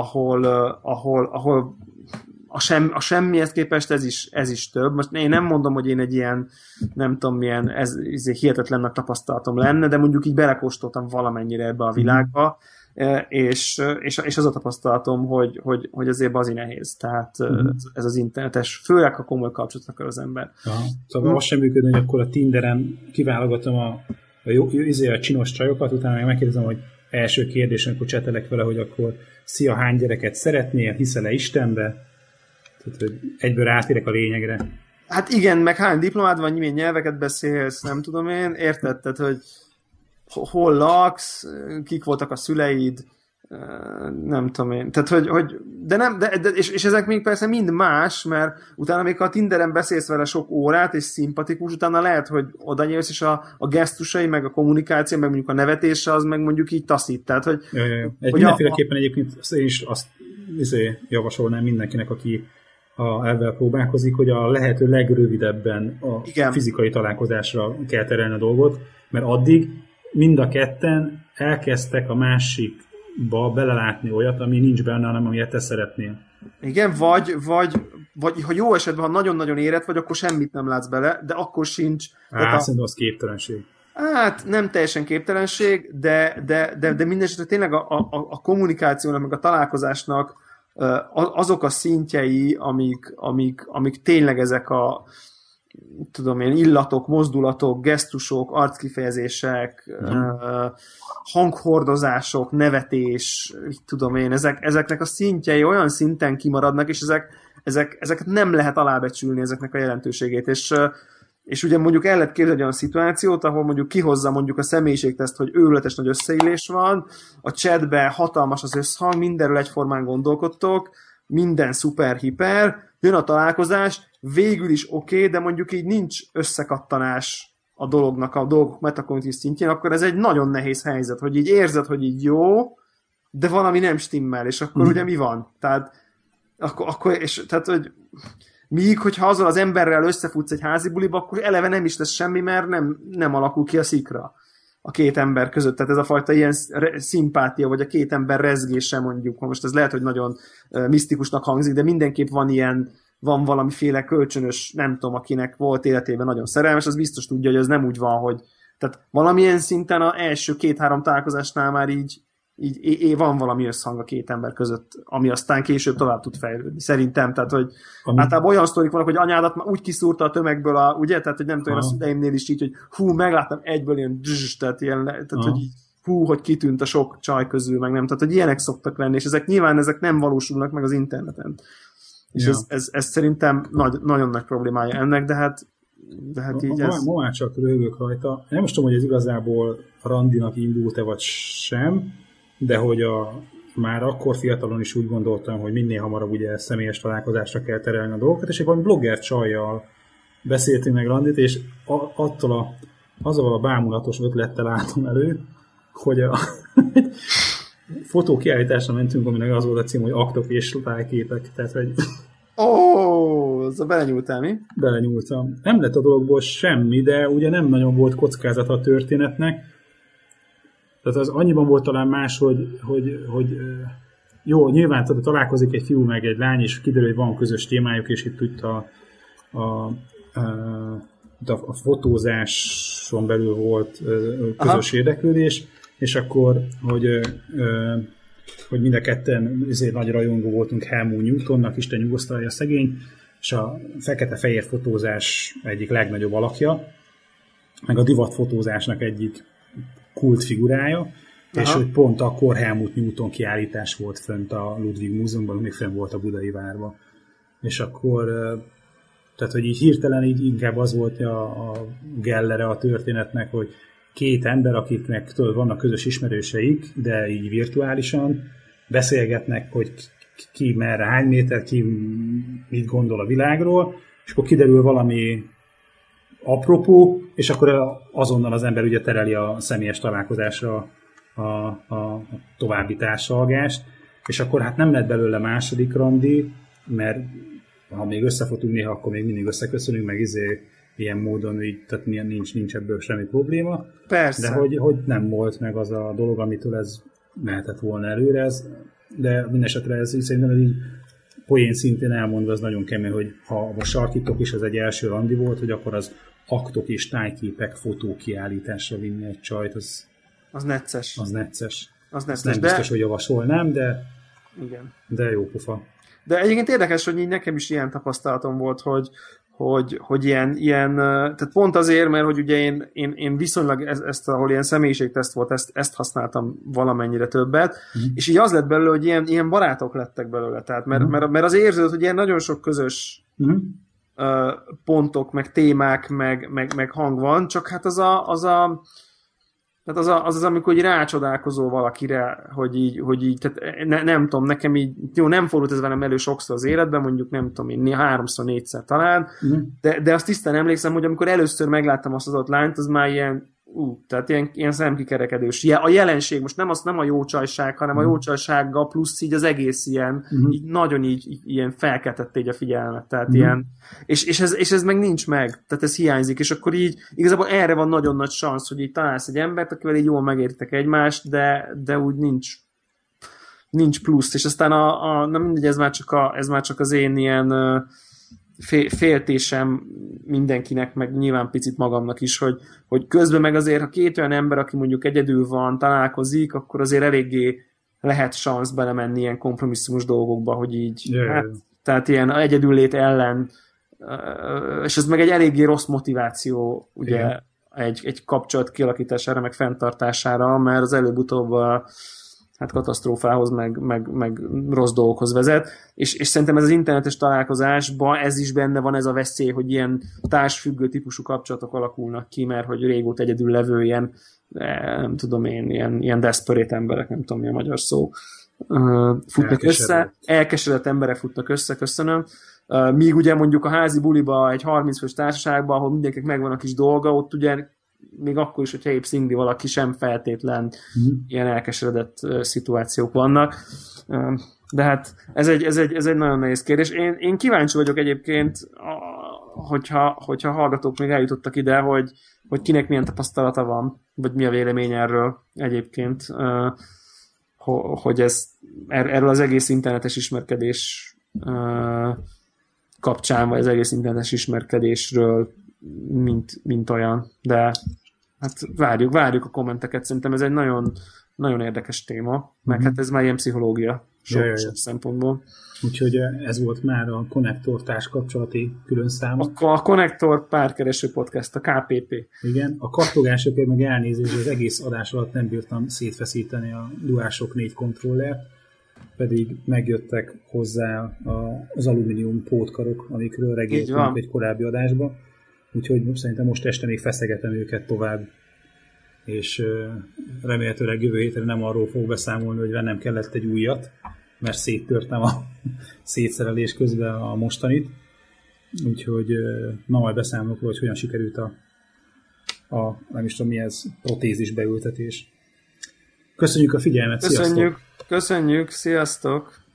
ahol a semmihez képest ez is több. Most én nem mondom, hogy én egy ilyen, nem tudom milyen, ez hihetetlen nagy tapasztalatom lenne, de mondjuk így belekóstoltam valamennyire ebbe a világba, és az a tapasztalatom, hogy azért bazi nehéz. Tehát ez az internetes, főleg ha komoly kapcsolatot akar az ember. Aha. Szóval az sem működne, hogy akkor a Tinderen kiválogatom a csinos csajokat, utána meg megkérdezem, hogy első kérdésen, akkor csetelek vele, hogy akkor szia, hány gyereket szeretnél, hiszel-e Istenbe? Tehát, hogy egyből rátérek a lényegre. Hát igen, meg hány diplomád van, milyen nyelveket beszélsz, nem tudom én, érted? Tehát, hogy hol laksz, kik voltak a szüleid, nem tudom én. Tehát, hogy és ezek még persze mind más, mert utána még ha a Tinderen beszélsz vele sok órát, és szimpatikus, utána lehet, hogy oda nyílsz, és a gesztusai, meg a kommunikáció, meg mondjuk a nevetése, az meg mondjuk így taszít. Tehát, hogy... Mindenféleképpen egyébként én is azt javasolnám mindenkinek, aki ezzel próbálkozik, hogy a lehető legrövidebben a fizikai találkozásra kell terelni a dolgot, mert addig mind a ketten elkezdtek a másikba belelátni olyat, ami nincs benne, hanem amilyet te szeretnél. Igen, vagy ha jó esetben, ha nagyon-nagyon érett vagy, akkor semmit nem látsz bele, de akkor sincs. Szerintem az képtelenség. Hát nem teljesen képtelenség, de mindesetre tényleg a kommunikációnak, meg a találkozásnak azok a szintjei, amik tényleg ezek a tudom én, illatok, mozdulatok, gesztusok, arckifejezések, hanghordozások, nevetés, tudom én, ezeknek a szintjei olyan szinten kimaradnak, és ezeket nem lehet alábecsülni, ezeknek a jelentőségét, és ugye mondjuk el lehet képzelni olyan szituációt, ahol mondjuk kihozza mondjuk a személyiségteszt, hogy őrületes nagy összeillés van, a chatben hatalmas az összhang, mindenről egyformán gondolkodtok, minden szuper-hiper, jön a találkozás, végül is oké, de mondjuk így nincs összekattanás a dolgok metakognitív szintjén, akkor ez egy nagyon nehéz helyzet, hogy így érzed, hogy így jó, de valami nem stimmel, és akkor ugye mi van? Tehát, tehát, hogy míg, hogyha azzal az emberrel összefutsz egy házi buliba, akkor eleve nem is lesz semmi, mert nem alakul ki a szikra a két ember között. Tehát ez a fajta ilyen szimpátia, vagy a két ember rezgése mondjuk. Most ez lehet, hogy nagyon misztikusnak hangzik, de mindenképp van valamiféle kölcsönös, nem tudom, akinek volt életében nagyon szerelmes, az biztos tudja, hogy ez nem úgy van, hogy tehát valamilyen szinten az első 2-3 találkozásnál már így van valami összhang a két ember között, ami aztán később tovább tud fejlődni. Szerintem, tehát, hogy általában olyan sztorik vannak, hogy anyádat már úgy kiszúrta a tömegből, ugye? Tehát, hogy nem tudom, a szüleimnél is így, hogy megláttam egyből ilyen tehát hogy hogy kitűnt a sok csaj közül, meg nem, tehát, hogy ilyenek szoktak lenni, és ezek nem valósulnak meg az interneten. És ez szerintem nagyon nagy problémája ennek, de hát így ez... Ma már csak röhögök rajta. Nem most tudom, hogy ez igazából randinak indult-e vagy sem, de hogy már akkor fiatalon is úgy gondoltam, hogy minél hamarabb ugye személyes találkozásra kell terelni a dolgokat, és egy valami blogger csajjal beszéltünk meg randit, és azzal a bámulatos ötlettel álltam elő, hogy a fotókiállításra mentünk, aminek az volt a cím, hogy aktok és tájképek. Tehát, hogy... az a belenyúltál, mi? Belenyúltam. Nem lett a dologból semmi, de ugye nem nagyon volt kockázata a történetnek. Tehát az annyiban volt talán más, hogy jó, nyilván találkozik egy fiú meg egy lány, és kiderül, hogy van közös témájuk, és itt a fotózáson belül volt közös érdeklődés, és akkor, hogy mind a ketten nagy rajongó voltunk Helmut Newtonnak, Isten nyugosztalja a szegény, és a fekete-fehér fotózás egyik legnagyobb alakja, meg a divatfotózásnak egyik kultfigurája, és hogy pont akkor Helmut Newton kiállítás volt fönt a Ludwig Múzeumban, még fenn volt a Budai Várban. És akkor, tehát hogy így hirtelen így inkább az volt a gellere a történetnek, hogy két ember, akiknek vannak közös ismerőseik, de így virtuálisan beszélgetnek, hogy ki merre, hány méter, ki mit gondol a világról, és akkor kiderül valami apropó, és akkor azonnal az ember ugye tereli a személyes találkozásra a további társalgást, és akkor hát nem lett belőle második randi, mert ha még összefotunk néha, akkor még mindig összeköszönünk, meg ilyen módon, így, tehát nincs ebből semmi probléma. Persze. De hogy nem volt meg az a dolog, amitől ez mehetett volna előre, de mindesetre ez így szerintem így poén szintén elmondva, az nagyon kemény, hogy ha most sarkítok is, ez egy első randi volt, hogy akkor az aktok és tájképek fotókiállításra vinni egy csajt, az necces. Az necces. Nem biztos, hogy javasolnám, de, igen. De jó pofa. De egyébként érdekes, hogy így nekem is ilyen tapasztalatom volt, hogy ilyen, tehát pont azért, mert hogy ugye én viszonylag ezt, ahol ilyen személyiségteszt volt, ezt használtam valamennyire többet, és így az lett belőle, hogy ilyen barátok lettek belőle, tehát mert az érződött, hogy ilyen nagyon sok közös pontok, meg témák, meg hang van, csak hát az, amikor így rácsodálkozol valakire, hogy így tehát nem tudom, nekem így, jó, nem fordult ez velem elő sokszor az életben, mondjuk nem tudom én, 3-4-szer talán, de azt tisztán emlékszem, hogy amikor először megláttam azt az ott lányt, az már ilyen, tehát ilyen szemkikerekedős. A jelenség, most nem a jó csajság, hanem a jó csajsággal plusz így az egész ilyen, így nagyon így ilyen felkeltette így a figyelmet. Tehát ilyen, és ez meg nincs meg. Tehát ez hiányzik, és akkor így igazából erre van nagyon nagy szansz, hogy így találsz egy embert, akivel így jól megértitek egymást, de úgy nincs plusz. És aztán na mindegy, ez már csak az én ilyen féltésem mindenkinek, meg nyilván picit magamnak is, hogy közben meg azért, ha két olyan ember, aki mondjuk egyedül van, találkozik, akkor azért eléggé lehet szansz belemenni ilyen kompromisszumos dolgokba, hogy így, tehát ilyen egyedüllét ellen, és ez meg egy eléggé rossz motiváció, ugye, egy kapcsolat kialakítására, meg fenntartására, mert az előbb-utóbb hát katasztrófához, meg rossz dolgokhoz vezet, és szerintem ez az internetes találkozásban ez is benne van, ez a veszély, hogy ilyen társfüggő típusú kapcsolatok alakulnak ki, mert hogy régóta egyedül levő ilyen, nem tudom én, ilyen desperate emberek, nem tudom mi a magyar szó, futnak össze, elkeseredett emberek futnak össze, köszönöm, míg ugye mondjuk a házi buliba, egy 30 fős társaságban, ahol mindenkinek megvan a kis dolga, ott ugye még akkor is, hogyha épp szingli valaki, sem feltétlen ilyen elkeseredett szituációk vannak. De hát ez egy nagyon nehéz kérdés. Én kíváncsi vagyok egyébként, hogyha hallgatók még eljutottak ide, hogy kinek milyen tapasztalata van, vagy mi a vélemény erről egyébként, hogy erről az egész internetes ismerkedés kapcsán, vagy az egész internetes ismerkedésről mint olyan, de hát várjuk a kommenteket, szerintem ez egy nagyon, nagyon érdekes téma, meg hát ez már ilyen pszichológia sok szempontból. Úgyhogy ez volt már a Konnektor társkapcsolati külön szám. A Konnektor párkereső podcast, a KPP. Igen, a kattogásokért meg elnézést, az egész adás alatt nem bírtam szétfeszíteni a DualShock 4 kontrollert, pedig megjöttek hozzá az alumínium pótkarok, amikről regéltünk egy korábbi adásba. Úgyhogy szerintem most este még feszegetem őket tovább, és remélhetőleg jövő héten nem arról fog beszámolni, hogy vennem kellett egy újat, mert széttörtem a szétszerelés közben a mostanit. Úgyhogy majd beszámolok róla, hogy hogyan sikerült a nem is tudom mi ez, protézis beültetés. Köszönjük a figyelmet, sziasztok! Köszönjük, sziasztok!